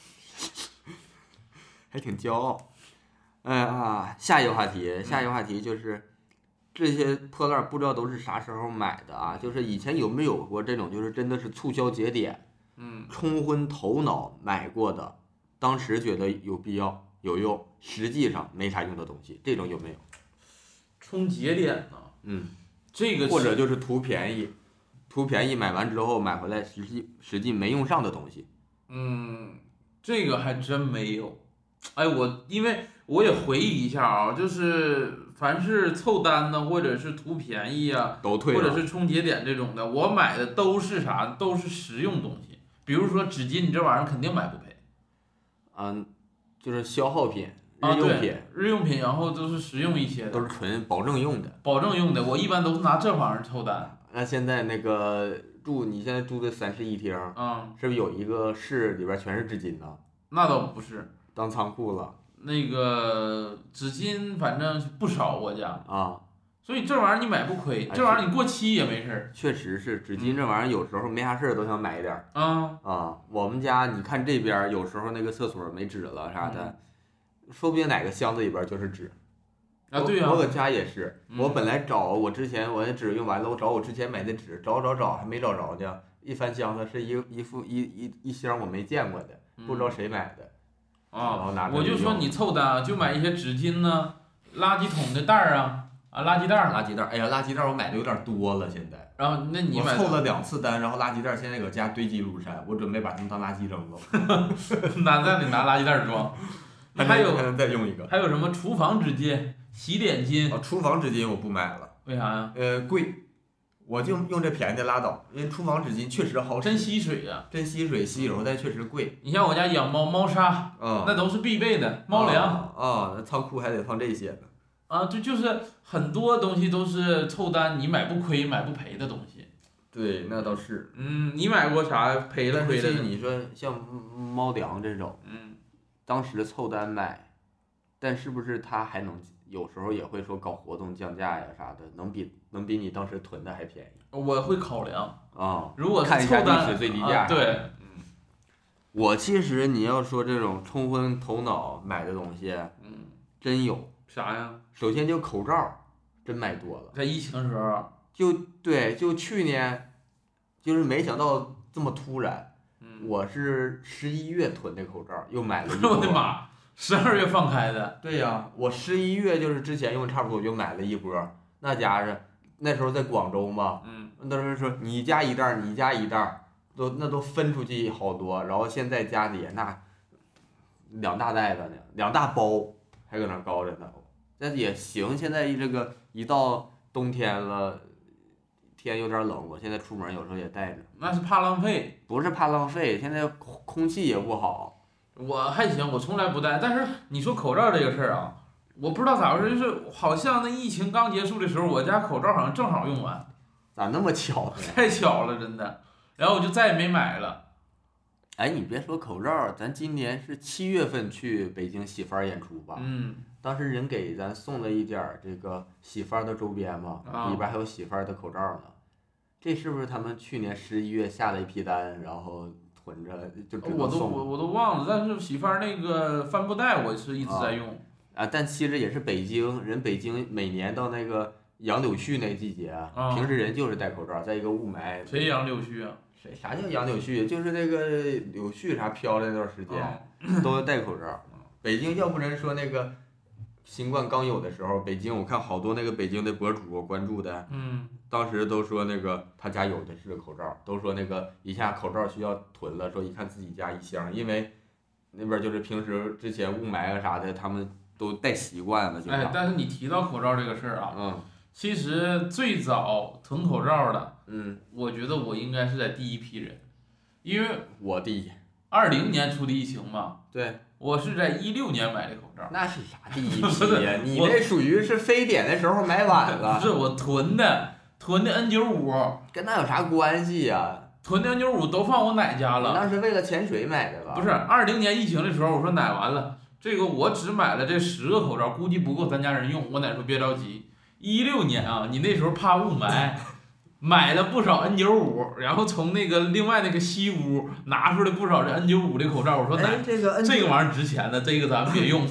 还挺骄傲。下一个话题就是这些破烂不知道都是啥时候买的啊？就是以前有没有过这种就是真的是促销节点，冲昏头脑买过的，当时觉得有必要有用，实际上没啥用的东西，这种有没有？ 冲节点呢？这个或者就是图便宜买完之后买回来实际没用上的东西。 这个还真没有。哎，因为我也回忆一下啊，就是凡是凑单呢，或者是图便宜啊， 都退了， 或者是冲节点这种的，我买的都是啥？都是实用东西。比如说纸巾，你这玩意儿肯定买不赔。 就是消耗品。 日用品，然后都是实用一些的， 都是纯保证用的。 我一般都是拿这玩意儿凑单。 那现在那个你现在住的3室1厅，是不是有一个室里边全是纸巾呢？ 那倒不是， 当仓库了。 那个纸巾反正不少我家。所以这玩意儿你买不亏，这玩意儿你过期也没事儿。 确实是，纸巾这玩意儿有时候没啥事儿都想买一点儿。 我们家你看这边有时候那个厕所没纸了啥的。说不定哪个箱子里边就是纸。 对呀。 我搁家也是，我本来我之前我的纸用完了，我找我之前买的纸，找还没找着呢。一翻箱子是一箱我没见过的，不知道谁买的。然后拿着。 我就说你凑单就买一些纸巾呢，垃圾桶的袋儿垃圾袋。 哎呀，垃圾袋我买的有点多了现在。 然后那你我凑了2次单，然后垃圾袋现在搁家堆积如山，我准备把它们当垃圾扔了。 那你拿垃圾袋装。还有再用一个。 还有什么厨房纸巾、洗脸巾？ 厨房纸巾我不买了。 为啥呀？ 贵，我就用这便宜的拉倒。因为厨房纸巾确实好使。 真吸水呀。 真吸水吸油，但确实贵。 你像我家养猫砂，那都是必备的。猫粮。 那仓库还得放这些呢。 就是很多东西都是凑单，你买不亏买不赔的东西。 对，那倒是。 你买过啥赔了亏的？ 你说像猫粮这种。当时凑单买，但是不是他还能有时候也会说搞活动降价呀啥的，能比你当时囤的还便宜。 我会考量如果看一下历史最低价。 对。 我其实你要说这种冲昏头脑买的东西，真有。 啥呀？ 首先就口罩，真买多了。 在疫情的时候。 就去年就是没想到这么突然。我是11月囤的口罩，又买了一波。 我的妈！12月放开的。 对呀，我11月就是之前用差不多，我就买了一波。那家伙那时候在广州嘛，那时候说你加一袋，你加一袋，都分出去好多。然后现在家里那2大袋子呢，2大包还搁那高着呢。那也行，现在这个一到冬天了。天有点冷，我现在出门有时候也带着。 那是怕浪费。 不是怕浪费，现在空气也不好。 我还行，我从来不戴。但是你说口罩这个事儿啊，我不知道咋回事，就是好像那疫情刚结束的时候，我家口罩好像正好用完。 咋那么巧呢？ 太巧了，真的。然后我就再也没买了。 哎，你别说口罩，咱今年是7月份去北京喜番演出吧？当时人给咱送了一点这个喜番的周边嘛，里边还有喜番的口罩呢。这是不是他们去年11月下了一批单，然后囤着就只能送？ 我都忘了，但是喜番那个帆布袋我是一直在用。 但其实也是北京每年到那个杨柳絮那季节，平时人就是戴口罩，在一个雾霾。 谁杨柳絮啊？ 啥叫杨柳絮？就是那个柳絮啥飘的那段时间，都要戴口罩。北京要不然说那个新冠刚有的时候，北京我看好多那个北京的博主我关注的，当时都说那个他家有的是口罩，都说那个一下口罩需要囤了，说一看自己家一箱，因为那边就是平时之前雾霾啊啥的，他们都戴习惯了。 哎，但是你提到口罩这个事儿啊，其实最早囤口罩的，我觉得我应该是在第一批人，因为我第一 ，20年出的疫情嘛， 对， 我是在16年买的口罩。 那是啥第一批呀？你那属于是非典的时候买晚了。 不是我囤的 N95， 跟那有啥关系呀？ 囤的 N95都放我奶家了。 那是为了潜水买的吧？ 不是，20年疫情的时候，我说奶完了，这个我只买了这10个口罩，估计不够咱家人用。我奶说别着急。16年啊，你那时候怕雾霾，买了不少 N95，然后从那个另外那个西屋拿出来不少这 N95的口罩。我说奶，这个玩意儿值钱的，这个咱们别用。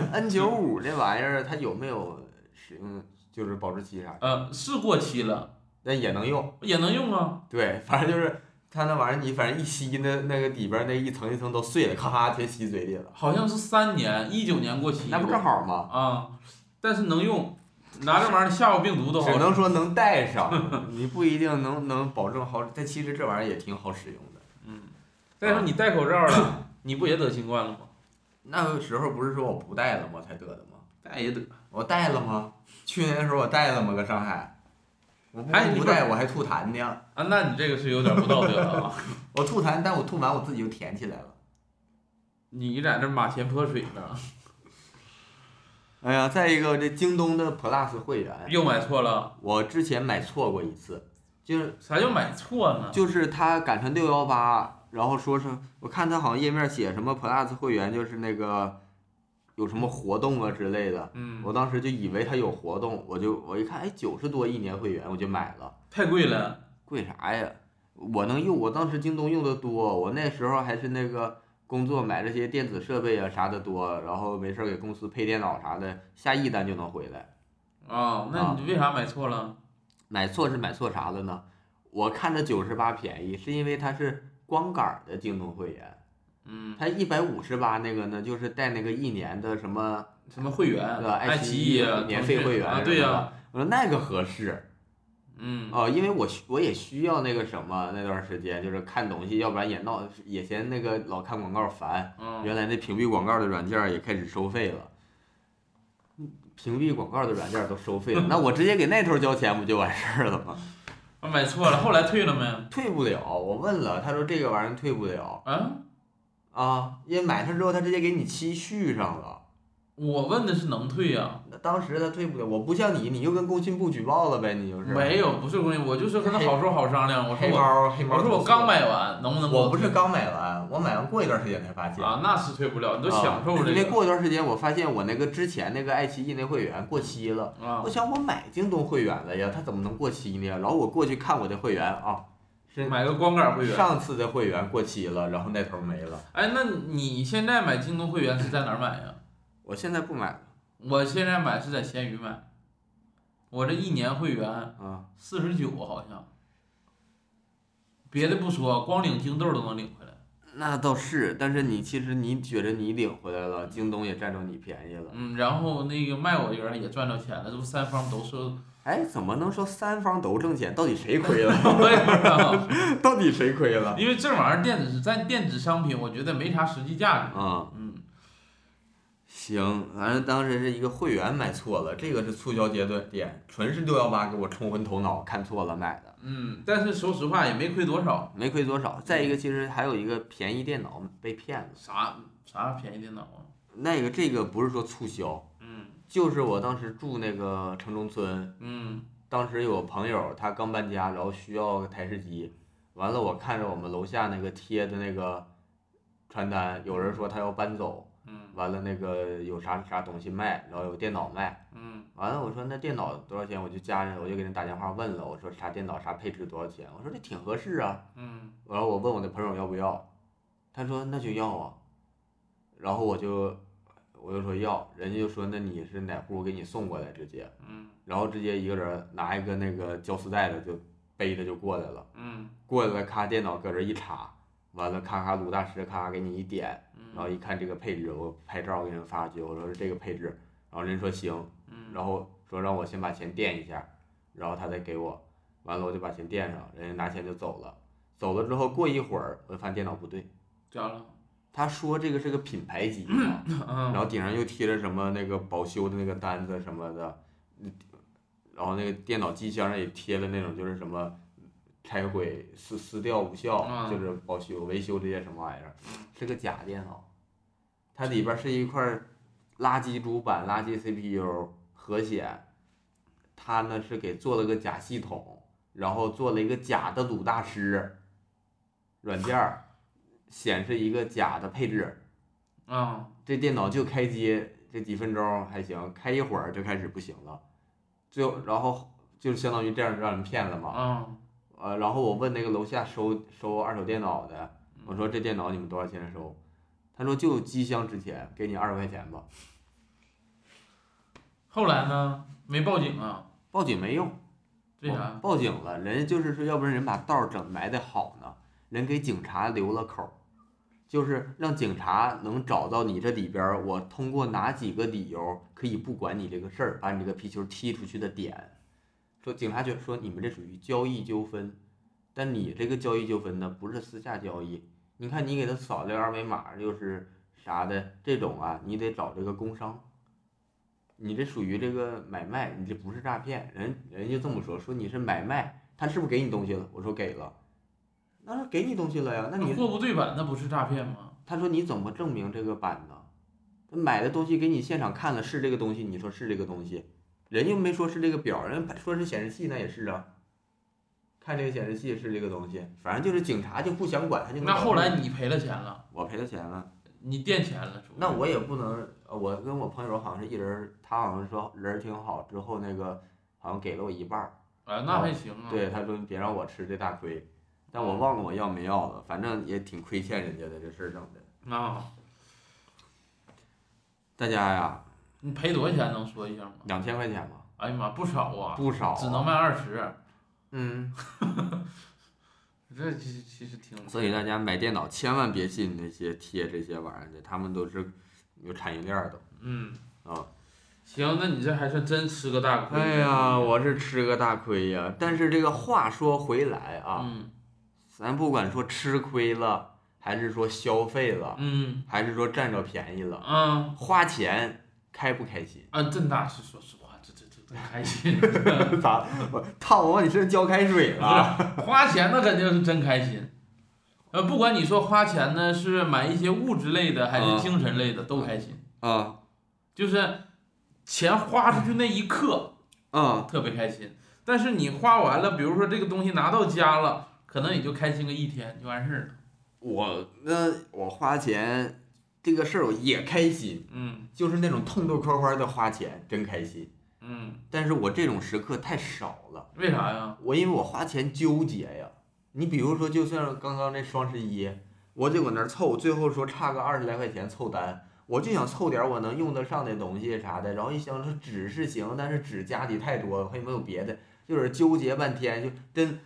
N95这玩意儿它有没有使用就是保质期啥的？ 是过期了， 但也能用。 也能用啊。 对，反正就是它那玩意儿，你反正一吸那个底边那一层一层都碎了，咔咔全吸嘴里了。 好像是3年，19年过期。 那不正好吗？ 但是能用。拿这玩意儿吓唬病毒都好。 只能说能带上，你不一定能保证好。但其实这玩意儿也挺好使用的。 但是你戴口罩了，你不也得新冠了吗？ 那个时候不是说我不戴了吗？才得的吗？ 戴也得。 我戴了吗？去年的时候我戴了吗？搁上海。我不戴我还吐痰呢。 那你这个是有点不道德了啊！ 我吐痰，但我吐完我自己就甜起来了。 你在这马前泼水呢。 哎呀，再一个这京东的 Plus 会员又买错了。 我之前买错过一次，就是啥叫买错呢？ 就是他赶成618，然后说是我看他好像页面写什么 Plus 会员，就是那个有什么活动啊之类的。我当时就以为他有活动，我一看，哎，90多1年会员，我就买了。 太贵了。 贵啥呀？我能用，我当时京东用的多，我那时候还是那个。工作买这些电子设备啊啥的多，然后没事给公司配电脑啥的，下1单就能回来。 那你为啥买错了？ 买错是买错啥了呢？我看着98便宜，是因为它是光杆的京东会员。它158那个呢，就是带那个1年的什么会员， 爱奇艺免费会员对呀。 我说那个合适。因为我也需要那个什么，那段时间就是看东西，要不然也嫌那个老看广告烦。原来那屏蔽广告的软件也开始收费了。屏蔽广告的软件都收费了，那我直接给那头交钱不就完事儿了吗？ 买错了，后来退了没？ 退不了，我问了，他说这个玩意儿退不了。因为买上之后他直接给你期续上了。 我问的是能退呀。 当时他退不了，我不像你就跟工信部举报了呗，你就是。 没有，不是工信，我就是跟他好说好商量。我说我刚买完，能不能？ 我不是刚买完，我买完过一段时间才发现。 那是退不了，你都享受这个。 因为过一段时间我发现我那个之前那个爱奇艺那会员过期了。我想我买京东会员了呀，他怎么能过期呢？然后我过去看我的会员是买个光杆会员。 上次的会员过期了，然后那头没了。 哎，那你现在买京东会员是在哪儿买呀？ 我现在不买了。 我现在买是在闲鱼买，我这1年会员49好像。 别的不说，光领京豆都能领回来。 那倒是，但是其实你觉得你领回来了，京东也占着你便宜了。 然后那个卖我一人也赚着钱了，这不三方都收。 哎，怎么能说三方都挣钱？到底谁亏了？ 我也不知道， 到底谁亏了？ 因为这玩意儿电子商品，我觉得没啥实际价值。 行，反正当时是一个会员买错了，这个是促销阶段点，纯是618给我冲昏头脑，看错了买的。 但是说实话也没亏多少。 没亏多少。再一个，其实还有一个便宜电脑被骗了。 啥便宜电脑啊？ 这个不是说促销。就是我当时住那个城中村。当时有朋友他刚搬家，然后需要台式机，完了我看着我们楼下那个贴的那个传单，有人说他要搬走。完了那个有啥东西卖，然后有电脑卖。完了我说那电脑多少钱？我就加上，我就给人打电话问了，我说啥电脑啥配置多少钱？我说这挺合适啊。然后我问我的朋友要不要，他说那就要啊。然后我就说要，人家就说那你是哪户给你送过来直接。然后直接一个人拿一个那个胶丝带的就背着就过来了。过来咔电脑搁这一插，完了咔鲁大师咔给你一点。然后一看这个配置，我拍照给人发过去，我说是这个配置，然后人说行，然后说让我先把钱垫一下，然后他再给我，完了我就把钱垫上，人家拿钱就走了。走了之后过一会儿，我就发现电脑不对， 咋了？ 他说这个是个品牌机嘛，然后顶上又贴着什么那个保修的那个单子什么的，然后那个电脑机箱上也贴了那种就是什么拆毁撕掉无效，就是保修维修这些什么玩意儿，是个假电脑。它里边是一块垃圾主板、垃圾 CPU 核显，它呢是给做了个假系统，然后做了一个假的鲁大师软件，显示一个假的配置。这电脑就开机这几分钟还行，开一会儿就开始不行了，最后然后就相当于这样让人骗了嘛。然后我问那个楼下收二手电脑的，我说这电脑你们多少钱收？他说就机箱值钱，给你20块钱吧。 后来呢？没报警啊？ 报警没用。 为啥？ 报警了，人家就是说，要不然人把道整埋的好呢，人给警察留了口，就是让警察能找到你这里边我通过哪几个理由可以不管你这个事儿，把你这个皮球踢出去的点。说警察觉得说你们这属于交易纠纷，但你这个交易纠纷呢不是私下交易。你看你给他扫这个二维码就是啥的这种啊，你得找这个工商，你这属于这个买卖，你这不是诈骗。人就这么说你是买卖，他是不是给你东西了？我说给了，那是给你东西了呀，那你货不对版那不是诈骗吗？ 他说你怎么证明这个版呢？买的东西给你现场看了是这个东西，你说是这个东西，人又没说是这个表，人说是显示器，那也是啊。看这个显示器是这个东西，反正就是警察就不想管他就。 那后来你赔了钱了？ 我赔了钱了。 你垫钱了？ 那我也不能，我跟我朋友好像是一人，他好像说人挺好，之后那个好像给了我一半。 那还行啊。 对，他说别让我吃这大亏，但我忘了我要没要了，反正也挺亏欠人家的这事儿整的。大家呀。 你赔多少钱能说一下吗 ？2000块钱吧。 哎呀妈，不少啊。 不少。 只能卖20。这其实挺。 所以大家买电脑千万别信那些贴这些玩意儿的，他们都是有产业链的。 行，那你这还是真吃个大亏。 哎呀，我是吃个大亏呀！但是这个话说回来啊，咱不管说吃亏了，还是说消费了，还是说占着便宜了，花钱开不开心？ 这那是说实话。真开心， 咋？套我往你身上浇开水了？ 花钱那肯定是真开心，不管你说花钱呢是买一些物质类的还是精神类的，都开心。就是钱花出去那一刻，特别开心。但是你花完了，比如说这个东西拿到家了，可能也就开心个1天就完事儿了。 我花钱这个事儿也开心，就是那种痛痛快快的花钱，真开心。但是我这种时刻太少了。 为啥呀？ 因为我花钱纠结呀。你比如说，就像刚刚那双11，我就搁那儿凑，最后说差个20来块钱凑单，我就想凑点我能用得上的东西啥的，然后一想说纸是行，但是纸家里太多，还有没有别的，就是纠结半天，就真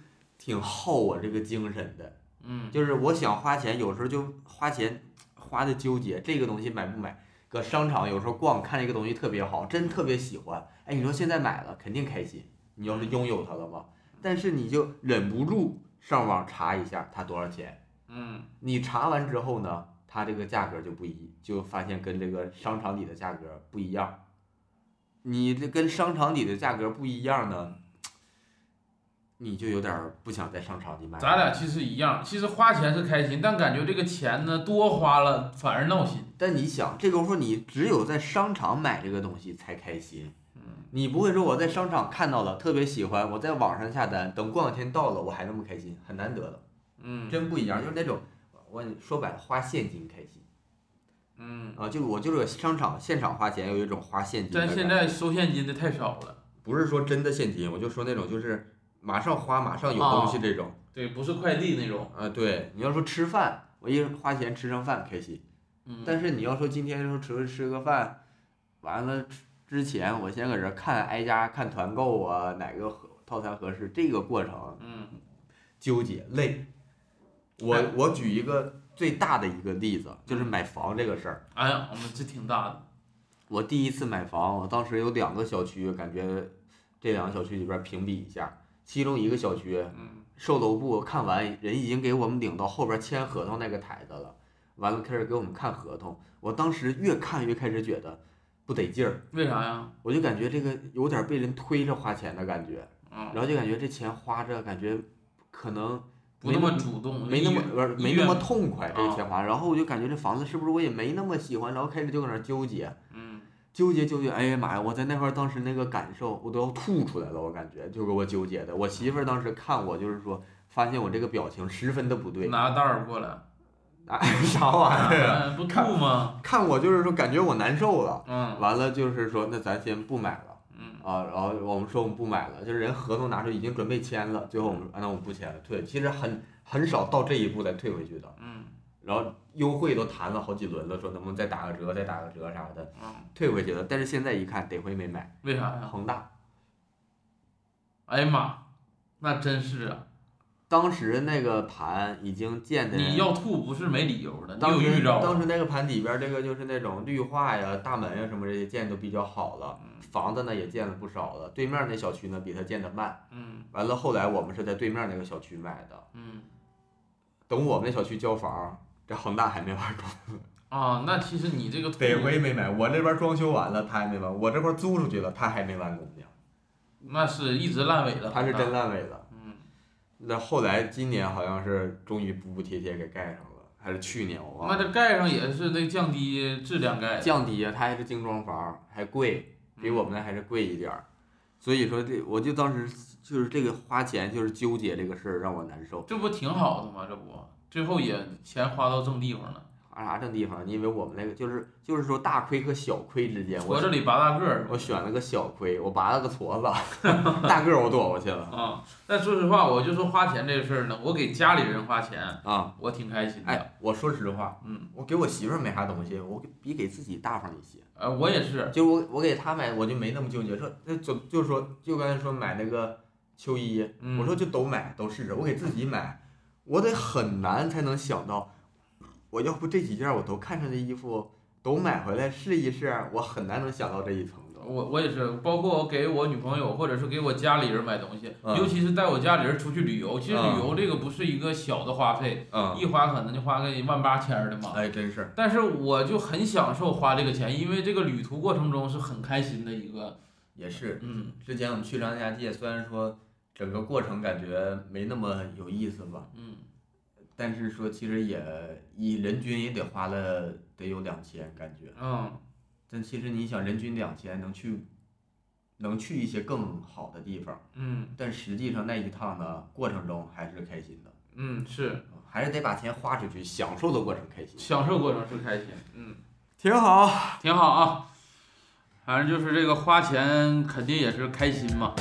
挺耗我这个精神的。就是我想花钱，有时候就花钱花的纠结，这个东西买不买？搁商场有时候逛，看一个东西特别好，真特别喜欢，哎，你说现在买了肯定开心，你要是拥有它了嘛，但是你就忍不住上网查一下它多少钱。你查完之后呢，它这个价格就发现跟这个商场里的价格不一样。你这跟商场里的价格不一样呢，你就有点不想在商场里买。 咱俩其实一样，其实花钱是开心，但感觉这个钱呢多花了反而闹心。 但你想，这功夫你只有在商场买这个东西才开心。你不会说我在商场看到了特别喜欢，我在网上下单，等过两天到了我还那么开心，很难得的。真不一样，就是那种我说白了花现金开心。就我就是商场现场花钱有一种花现金的感觉。 但现在收现金的太少了。 不是说真的现金，我就说那种就是马上花马上有东西这种。 对，不是快递那种。 对，你要说吃饭，我一花钱吃上饭开心。但是你要说今天说吃个饭，完了之前我先搁这看挨家看团购啊，哪个套餐合适，这个过程纠结累。我举一个最大的一个例子，就是买房这个事儿。 哎呀，我们这挺大的。 我第一次买房，我当时有2个小区，感觉这2个小区里边评比一下，其中一个小区，售楼部看完人已经给我们领到后边签合同那个台子了，完了开始给我们看合同，我当时越看越开始觉得不得劲儿。 为啥呀？ 我就感觉这个有点被人推着花钱的感觉，然后就感觉这钱花着感觉可能不那么主动， 没那么痛快这个钱花，然后我就感觉这房子是不是我也没那么喜欢，然后开始就搁那纠结，纠结，哎呀妈呀！我在那块当时那个感受我都要吐出来了，我感觉就给我纠结的。我媳妇儿当时看我就是说，发现我这个表情十分的不对， 拿袋儿过来， 啥玩意儿？ 不吐吗？ 看我就是说感觉我难受了，完了就是说那咱先不买了，然后我们说我们不买了，就是人合同拿出已经准备签了，最后我们那我们不签了，退。其实很少到这一步再退回去的，然后优惠都谈了好几轮了，说能不能再打个折啥的，退回去了。但是现在一看，得亏没买。 为啥呀？ 恒大。 哎呀妈，那真是啊。 当时那个盘已经建的。 你要吐不是没理由的，你有预兆。 当时那个盘里边这个就是那种绿化呀、大门呀什么这些建都比较好了，房子呢也建了不少了。对面那小区呢比它建的慢。完了后来我们是在对面那个小区买的。等我们那小区交房。这恒大还没完工那其实你这个得亏没买，我这边装修完了，他还没完，我这块租出去了，他还没完工呢。 那是一直烂尾了。 他是真烂尾了。那后来今年好像是终于补补贴贴给盖上了，还是去年我忘了。 那这盖上也是那降低质量盖。 降低啊，它还是精装房，还贵，比我们那还是贵一点儿。所以说我就当时就是这个花钱就是纠结这个事儿让我难受。 这不挺好的吗？这不。最后也钱花到正地方了。 花啥正地方？因为我们那个就是说大亏和小亏之间， 我这里拔大个儿。 我选了个小亏，我拔了个矬子，大个儿我躲过去了。 但说实话，我就说花钱这个事儿呢，我给家里人花钱我挺开心的。 哎，我说实话，我给我媳妇儿买啥东西，我比给自己大方一些。 我也是。 就我给她买，我就没那么纠结，说那就刚才说买那个秋衣，我说就都买都试试，我给自己买。我得很难才能想到，我要不这几件我都看上的衣服都买回来试一试，我很难能想到这一层的。 我也是，包括我给我女朋友或者是给我家里人买东西，尤其是带我家里人出去旅游，其实旅游这个不是一个小的花费，一花可能就花个18000的嘛。 哎，真是。 但是我就很享受花这个钱，因为这个旅途过程中是很开心的一个。 也是。之前我们去张家界，虽然说整个过程感觉没那么有意思吧，但是说其实也人均也得花了得有2000感觉。但其实你想人均2000能去一些更好的地方。但实际上那一趟呢，过程中还是开心的。 是。 还是得把钱花出去，享受的过程开心。 享受过程是开心。 挺好。 挺好啊。反正就是这个花钱肯定也是开心嘛。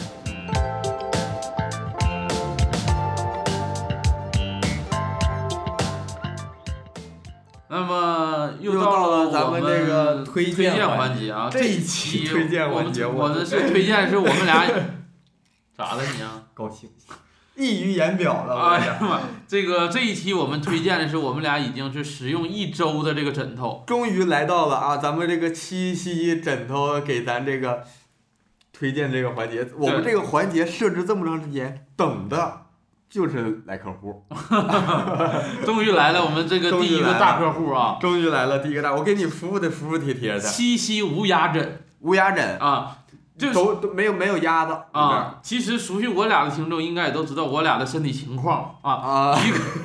那么又到了咱们这个推荐环节啊！ 这一期推荐环节， 我的是推荐是我们俩咋了你啊？ 高兴。 溢于言表了。 哎呀妈，这一期我们推荐的是我们俩已经是使用1周的这个枕头， 终于来到了啊，咱们这个七夕枕头给咱这个推荐这个环节。我们这个环节设置这么长时间，等的就是来客户。 终于来了，我们这个第一个大客户啊！ 终于来了，第一个大，我给你服务的服服帖帖的。 七夕无压枕。 无压枕啊。 都没有鸭子啊！其实熟悉我俩的听众应该也都知道我俩的身体情况啊。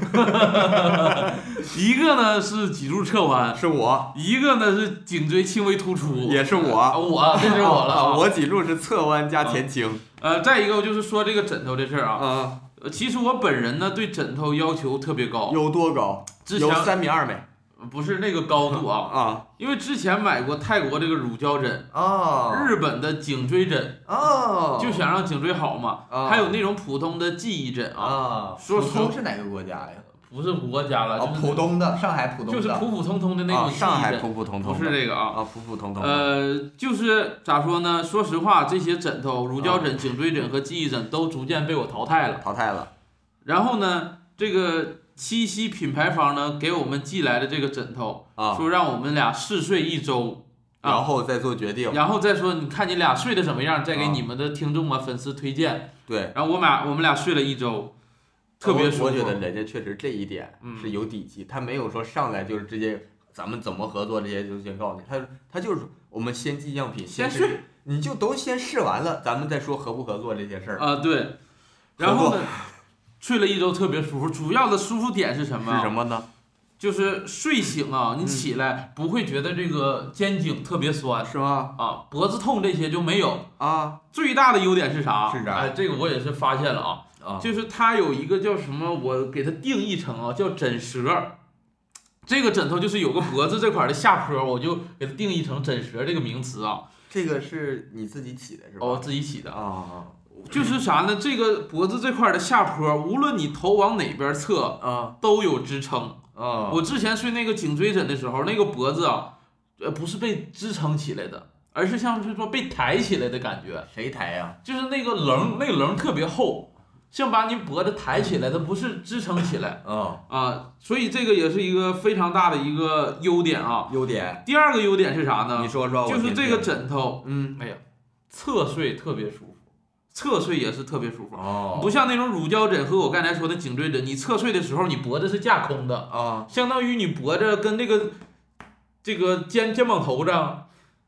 一个呢是脊柱侧弯， 是我； 一个呢是颈椎轻微突出， 也是我这是我了。 我脊柱是侧弯加前倾。 再一个就是说这个枕头这事儿啊。其实我本人呢对枕头要求特别高。 有多高？有3.2米没？ 不是那个高度啊，因为之前买过泰国这个乳胶枕日本的颈椎枕就想让颈椎好嘛，还有那种普通的记忆枕说普通是哪个国家呀？ 不是国家了， 浦东的，上海浦东的， 就是普普通通的那种记忆枕。 上海普普通通， 不是这个普普通通。 就是咋说呢？说实话，这些枕头，乳胶枕、颈椎枕和记忆枕都逐渐被我淘汰了。然后呢，这个七夕品牌方呢给我们寄来的这个枕头说让我们俩试睡1周， 然后再做决定， 然后再说你看你俩睡得怎么样，再给你们的听众粉丝推荐。 对， 然后我们俩睡了1周，特别舒服。 我觉得人家确实这一点是有底气，他没有说上来就是直接咱们怎么合作这些就先告诉你，他就是我们先寄样品， 先睡， 你就都先试完了，咱们再说合不合作这些事儿。 对，然后呢？睡了1周特别舒服，主要的舒服点是什么？ 是什么呢？ 就是睡醒你起来不会觉得这个肩颈特别酸， 是吗？ 脖子痛这些就没有最大的优点是啥？这个我也是发现了就是它有一个叫什么，我给它定义成叫枕舌。这个枕头就是有个脖子这块的下坡，我就给它定义成枕舌这个名词这个是你自己起的是吧？ 我自己起的就是啥呢？这个脖子这块的下坡，无论你头往哪边侧都有支撑我之前睡那个颈椎枕的时候，那个脖子不是被支撑起来的，而是像是说被抬起来的感觉。 谁抬呀？ 就是那个棱，那个棱特别厚，像把你脖子抬起来，它不是支撑起来所以这个也是一个非常大的一个优点优点。 第二个优点是啥呢？ 你说说。 就是这个枕头，哎呀，侧睡特别舒服。侧睡也是特别舒服不像那种乳胶枕和我刚才说的颈椎枕，你侧睡的时候你脖子是架空的相当于你脖子跟这个肩膀头上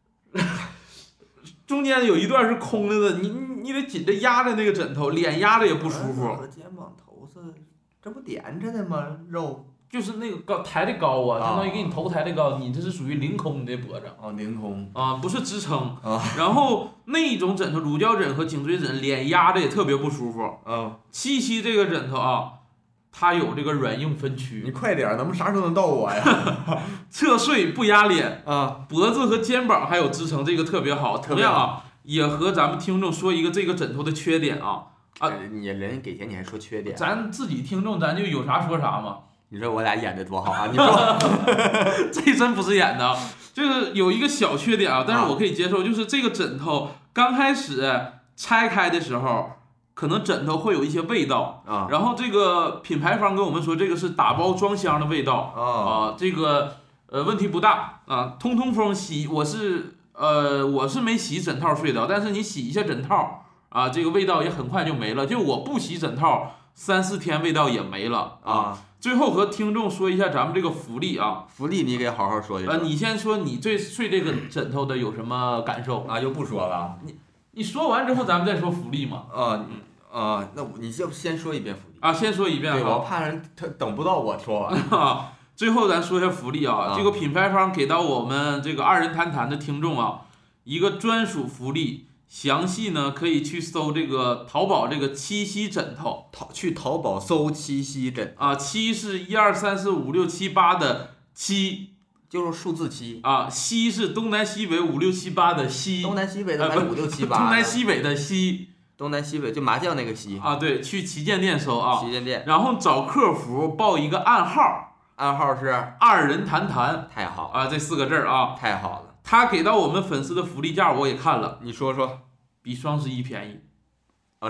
中间有一段是空的你得紧着压着那个枕头，脸压着也不舒服。 肩膀头是这不连着的吗？肉就是那个抬的高相当于给你头抬的高，你这是属于凌空的脖子凌空不是支撑然后那种枕头，乳胶枕和颈椎枕，脸压着也特别不舒服七夕这个枕头它有这个软硬分区。 你快点，咱们啥时候能到我呀？ 侧睡不压脸脖子和肩膀还有支撑，这个特别好。同样也和咱们听众说一个这个枕头的缺点你人给钱你还说缺点？ 咱自己听众咱就有啥说啥嘛。 你说我俩演的多好你说这真不是演的就是有一个小缺点但是我可以接受，就是这个枕头刚开始拆开的时候可能枕头会有一些味道然后这个品牌方跟我们说这个是打包装箱的味道这个问题不大通风洗，我是没洗枕套睡的，但是你洗一下枕套这个味道也很快就没了，就我不洗枕套3-4天味道也没了最后和听众说一下咱们这个福利福利你给好好说一说你先说你睡这个枕头的有什么感受又不说了你说完之后咱们再说福利嘛那你就先说一遍福利先说一遍对，我怕人他等不到我说完最后咱说一下福利这个品牌方给到我们这个二人谈谈的听众一个专属福利，详细呢可以去搜这个淘宝这个七夕枕头， 去淘宝搜七夕枕七是1、2、3、4、5、6、7、8的七， 就是数字7 西是东南西北5、6、7、8的西， 东南西北的还5、6、7、8， 东南西北的西， 东南西北就麻将那个西对，去旗舰店搜旗舰店， 然后找客服报一个暗号是二人谈谈， 太好这4个字太好了。 他给到我们粉丝的福利价我也看了， 你说说。 比双11便宜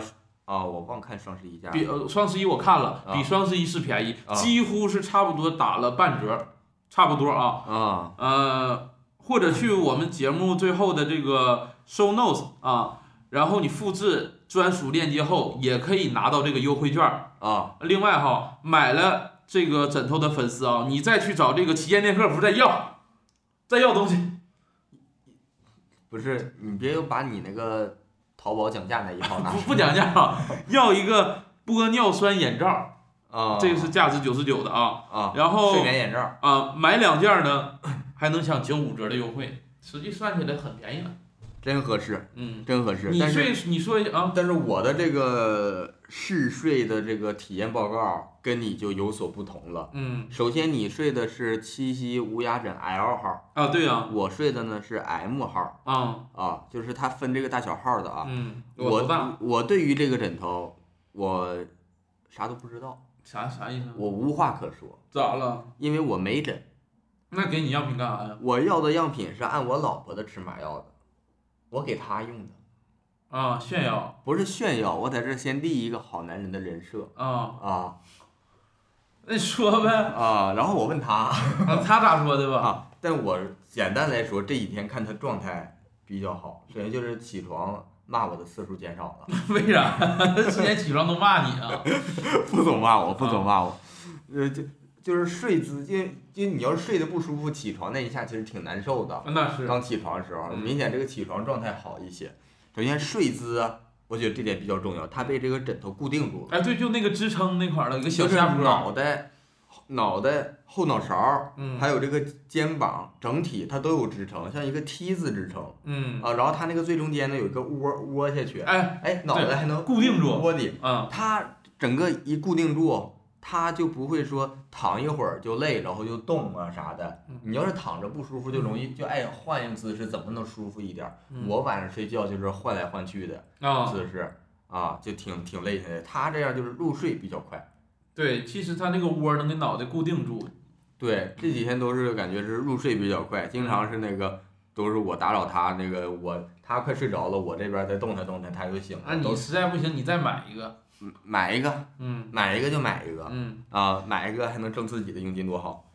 我忘看双十一价。 比双十一我看了，比双十一是便宜，几乎是差不多打了半折，差不多啊。或者去我们节目最后的这个 show notes 啊，然后你复制专属链接后，也可以拿到这个优惠券啊。 另外买了这个枕头的粉丝啊，你再去找这个旗舰店客服再要东西。 不是，你别又把你那个淘宝讲价那一套拿不讲价要一个玻尿酸眼罩这个是价值99的然后睡眠眼罩买2件呢还能享95折的优惠，实际算起来很便宜了， 真合适，真合适。 你说但是我的这个试睡的这个体验报告跟你就有所不同了。首先你睡的是七夕无压枕 L 号对啊， 我睡的呢是 M 号就是它分这个大小号的我对于这个枕头我啥都不知道。 啥意思？ 我无话可说。 咋了？ 因为我没枕。 那给你样品干啥呀？ 我要的样品是按我老婆的尺码要的，我给她用的。 炫耀？ 不是炫耀，我在这先立一个好男人的人设。 那你说呗。 然后我问他。 他咋说的吧？ 但我简单来说，这几天看他状态比较好，首先就是起床骂我的次数减少了。 为啥？今天起床都骂你啊？ 不总骂我，就是睡姿，就你要是睡得不舒服，起床那一下其实挺难受的。 那是。 刚起床的时候，明显这个起床状态好一些。首先睡姿，我觉得这点比较重要，它被这个枕头固定住了。 对，就那个支撑那块儿的一个小下坡。 脑袋、后脑勺，还有这个肩膀，整体它都有支撑，像一个 T 字支撑。然后它那个最中间呢有一个窝下去。脑袋还能固定住窝里。它整个一固定住。他就不会说躺一会儿就累，然后就动啥的。你要是躺着不舒服，就容易就换一个姿势，怎么能舒服一点？我晚上睡觉就是换来换去的姿势就挺累的。他这样就是入睡比较快。 对，其实他那个窝能给脑袋固定住。 对，这几天都是感觉是入睡比较快，经常是那个都是我打扰他，那个他快睡着了，我这边再动弹，他就醒了。 你实在不行，你再买一个。 买一个就买一个，买一个还能挣自己的佣金多好。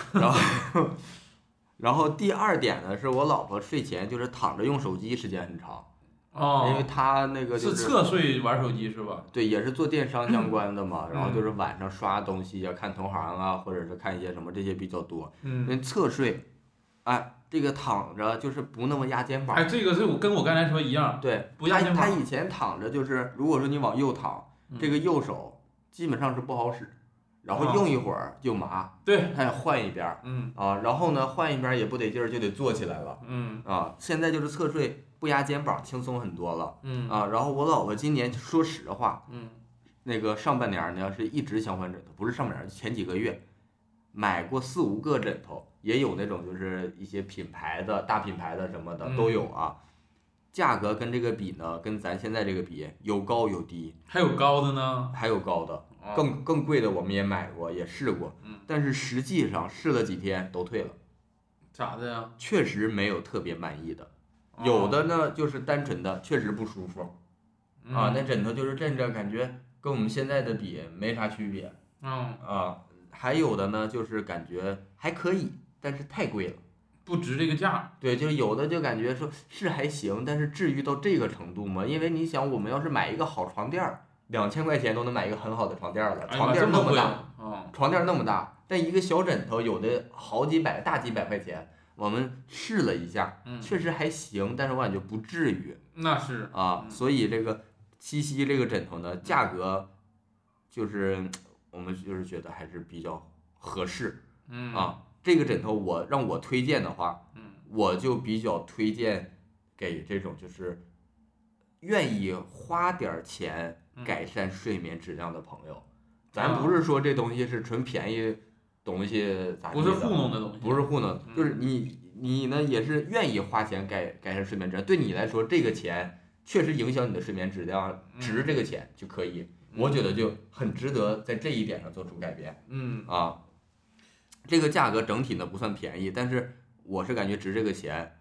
然后第二点呢，是我老婆睡前就是躺着用手机时间很长。因为她那个是侧睡玩手机是吧？ 对，也是做电商相关的嘛，然后就是晚上刷东西看同行或者是看一些什么这些比较多。因为侧睡，这个躺着就是不那么压肩膀。 这个是跟我刚才说一样。 对， 不压肩膀。 他以前躺着就是，如果说你往右躺。这个右手基本上是不好使，然后用一会儿就麻。 对， 他要换一边。然后呢，换一边也不得劲儿，就得坐起来了。现在就是侧睡不压肩膀，轻松很多了。然后我老婆今年说实话，那个上半年呢是一直想换枕头，不是上半年，前几个月买过4、5个枕头，也有那种就是一些品牌的大品牌的什么的都有价格跟这个比呢，跟咱现在这个比有高有低。 还有高的呢？ 还有高的，更贵的我们也买过，也试过。但是实际上试了几天都退了。 咋的呀？ 确实没有特别满意的，有的呢就是单纯的确实不舒服。那枕头就是枕着感觉跟我们现在的比没啥区别。还有的呢就是感觉还可以，但是太贵了。 不值这个价。 对，就是有的就感觉说是还行，但是至于到这个程度吗？因为你想，我们要是买一个好床垫，2000块钱都能买一个很好的床垫了。床垫那么大，床垫那么大，但一个小枕头有的好几百、大几百块钱，我们试了一下，确实还行，但是我感觉不至于。 那是所以这个七夕这个枕头呢，价格就是我们就是觉得还是比较合适。这个枕头让我推荐的话，我就比较推荐给这种就是愿意花点钱改善睡眠质量的朋友。咱不是说这东西是纯便宜东西咋地的， 不是糊弄的东西， 不是糊弄，就是你呢也是愿意花钱改善睡眠质量，对你来说这个钱确实影响你的睡眠质量，值这个钱就可以。我觉得就很值得在这一点上做出改变。这个价格整体呢不算便宜，但是我是感觉值这个钱。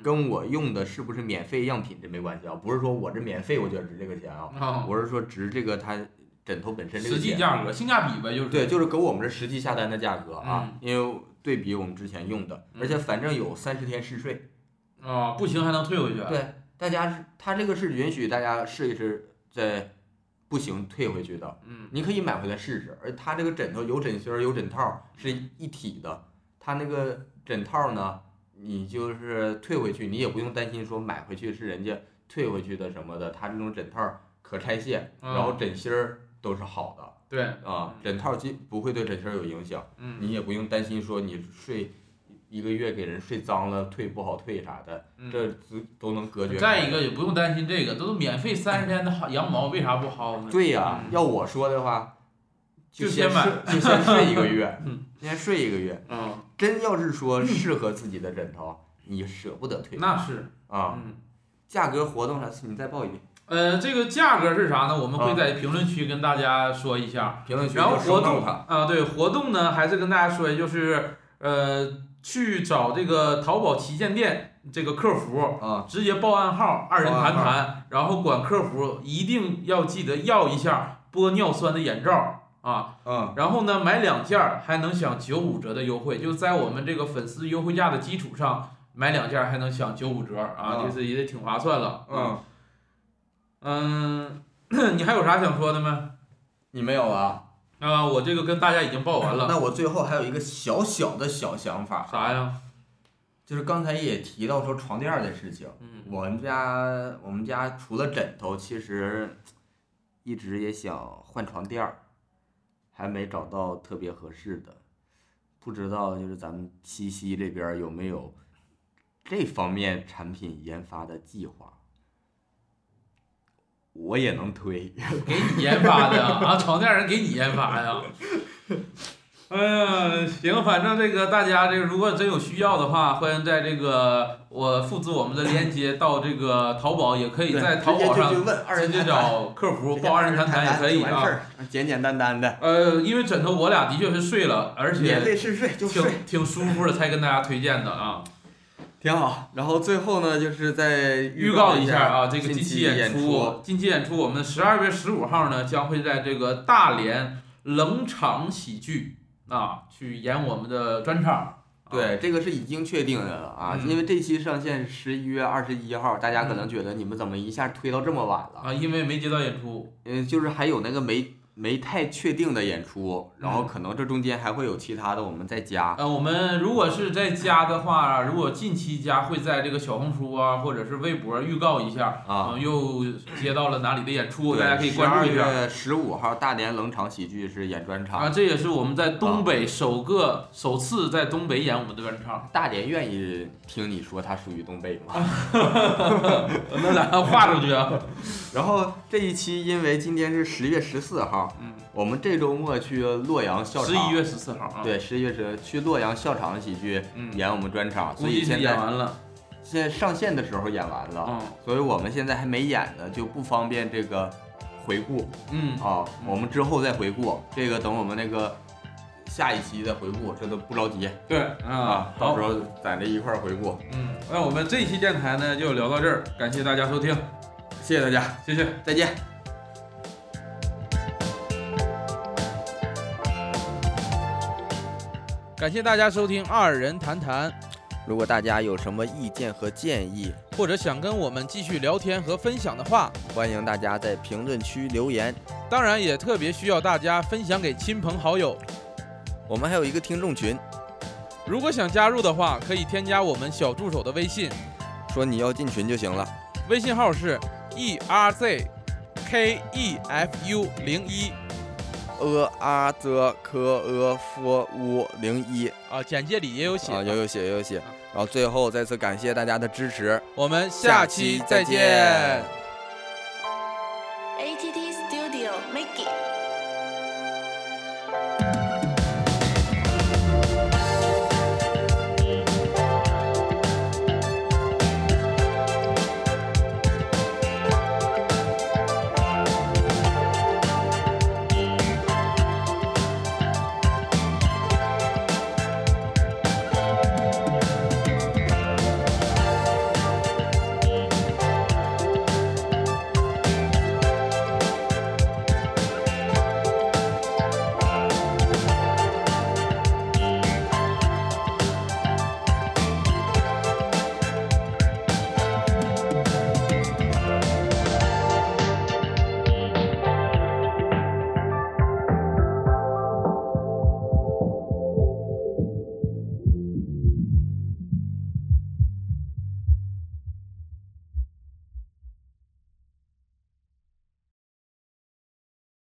跟我用的是不是免费样品这没关系啊，不是说我这免费我觉得值这个钱啊，我是说值这个它枕头本身这个实际价格性价比呗，就是对，就是给我们这实际下单的价格啊，因为对比我们之前用的，而且反正有30天试睡不行还能退回去。 对，大家它这个是允许大家试一试，再不行退回去的。你可以买回来试试，而它这个枕头有枕芯有枕套，是一体的。它那个枕套呢，你就是退回去，你也不用担心说买回去是人家退回去的什么的。它这种枕套可拆卸，然后枕芯都是好的。 对枕套不会对枕芯有影响。你也不用担心说你睡1个月给人睡脏了退不好退啥的，这都能隔绝。 再一个也不用担心这个，都是免费30天的羊毛，为啥不薅呢？ 对呀，要我说的话， 就先买， 就先睡1个月，先睡1个月。真要是说适合自己的枕头，你舍不得退。 那是价格活动啥，你再报一遍。 这个价格是啥呢？我们会在评论区跟大家说一下。 评论区。 然后活动对活动呢，还是跟大家说，就是去找这个淘宝旗舰店这个客服直接报暗号2人谈谈，然后管客服一定要记得要一下玻尿酸的眼罩然后呢买2件还能享95折的优惠，就在我们这个粉丝优惠价的基础上买2件还能享95折就是也挺划算了。你还有啥想说的没？ 你没有了。 我这个跟大家已经报完了。 那我最后还有一个小想法。 啥呀？ 就是刚才也提到说床垫的事情。我们家除了枕头，其实一直也想换床垫，还没找到特别合适的。不知道就是咱们七夕这边有没有这方面产品研发的计划？我也能推。 给你研发的床垫人给你研发呀？哎呀，行，反正这个大家这个如果真有需要的话，欢迎在这个我复制我们的链接到这个淘宝，也可以在淘宝上直接找客服报2人谈谈也可以简简单单的。 因为枕头我俩的确是睡了，而且免费试睡就睡， 挺舒服的，才跟大家推荐的挺好。然后最后呢，就是再预告一下这个近期演出，我们12月15号呢将会在这个大连冷场喜剧去演我们的专场。 对，这个是已经确定的了因为这期上线11月21号，大家可能觉得你们怎么一下推到这么晚了因为没接到演出。 就是还有那个没太确定的演出，然后可能这中间还会有其他的，我们再加。 我们如果是在加的话，如果近期加会在这个小红书或者是微博预告一下又接到了哪里的演出，大家可以关注一下。 12月15号大连冷场喜剧是演专场这也是我们在东北首次在东北演我们的专场。 大连愿意听你说它属于东北吗？ 那俩画出去然后这一期因为今天是10月14号。我们这周末去洛阳笑场。 11月14号对，11月14去洛阳笑场喜剧演我们专场，所以现在演完了。 现在上线的时候演完了，所以我们现在还没演呢，就不方便这个回顾。我们之后再回顾，这个等我们那个下一期再回顾，这都不着急。 对到时候咱这一块回顾。 那我们这一期电台呢就聊到这儿，感谢大家收听， 谢谢大家， 谢谢， 再见。 感谢大家收听2人谈谈。 如果大家有什么意见和建议， 或者想跟我们继续聊天和分享的话， 欢迎大家在评论区留言。 当然也特别需要大家分享给亲朋好友。 我们还有一个听众群， 如果想加入的话，可以添加我们小助手的微信， 说你要进群就行了。 微信号是 ERZKEFU01。 ERZKEFU01 简介里也有写有写。然后最后再次感谢大家的支持， 我们下期再见。 ATT Studio Make it。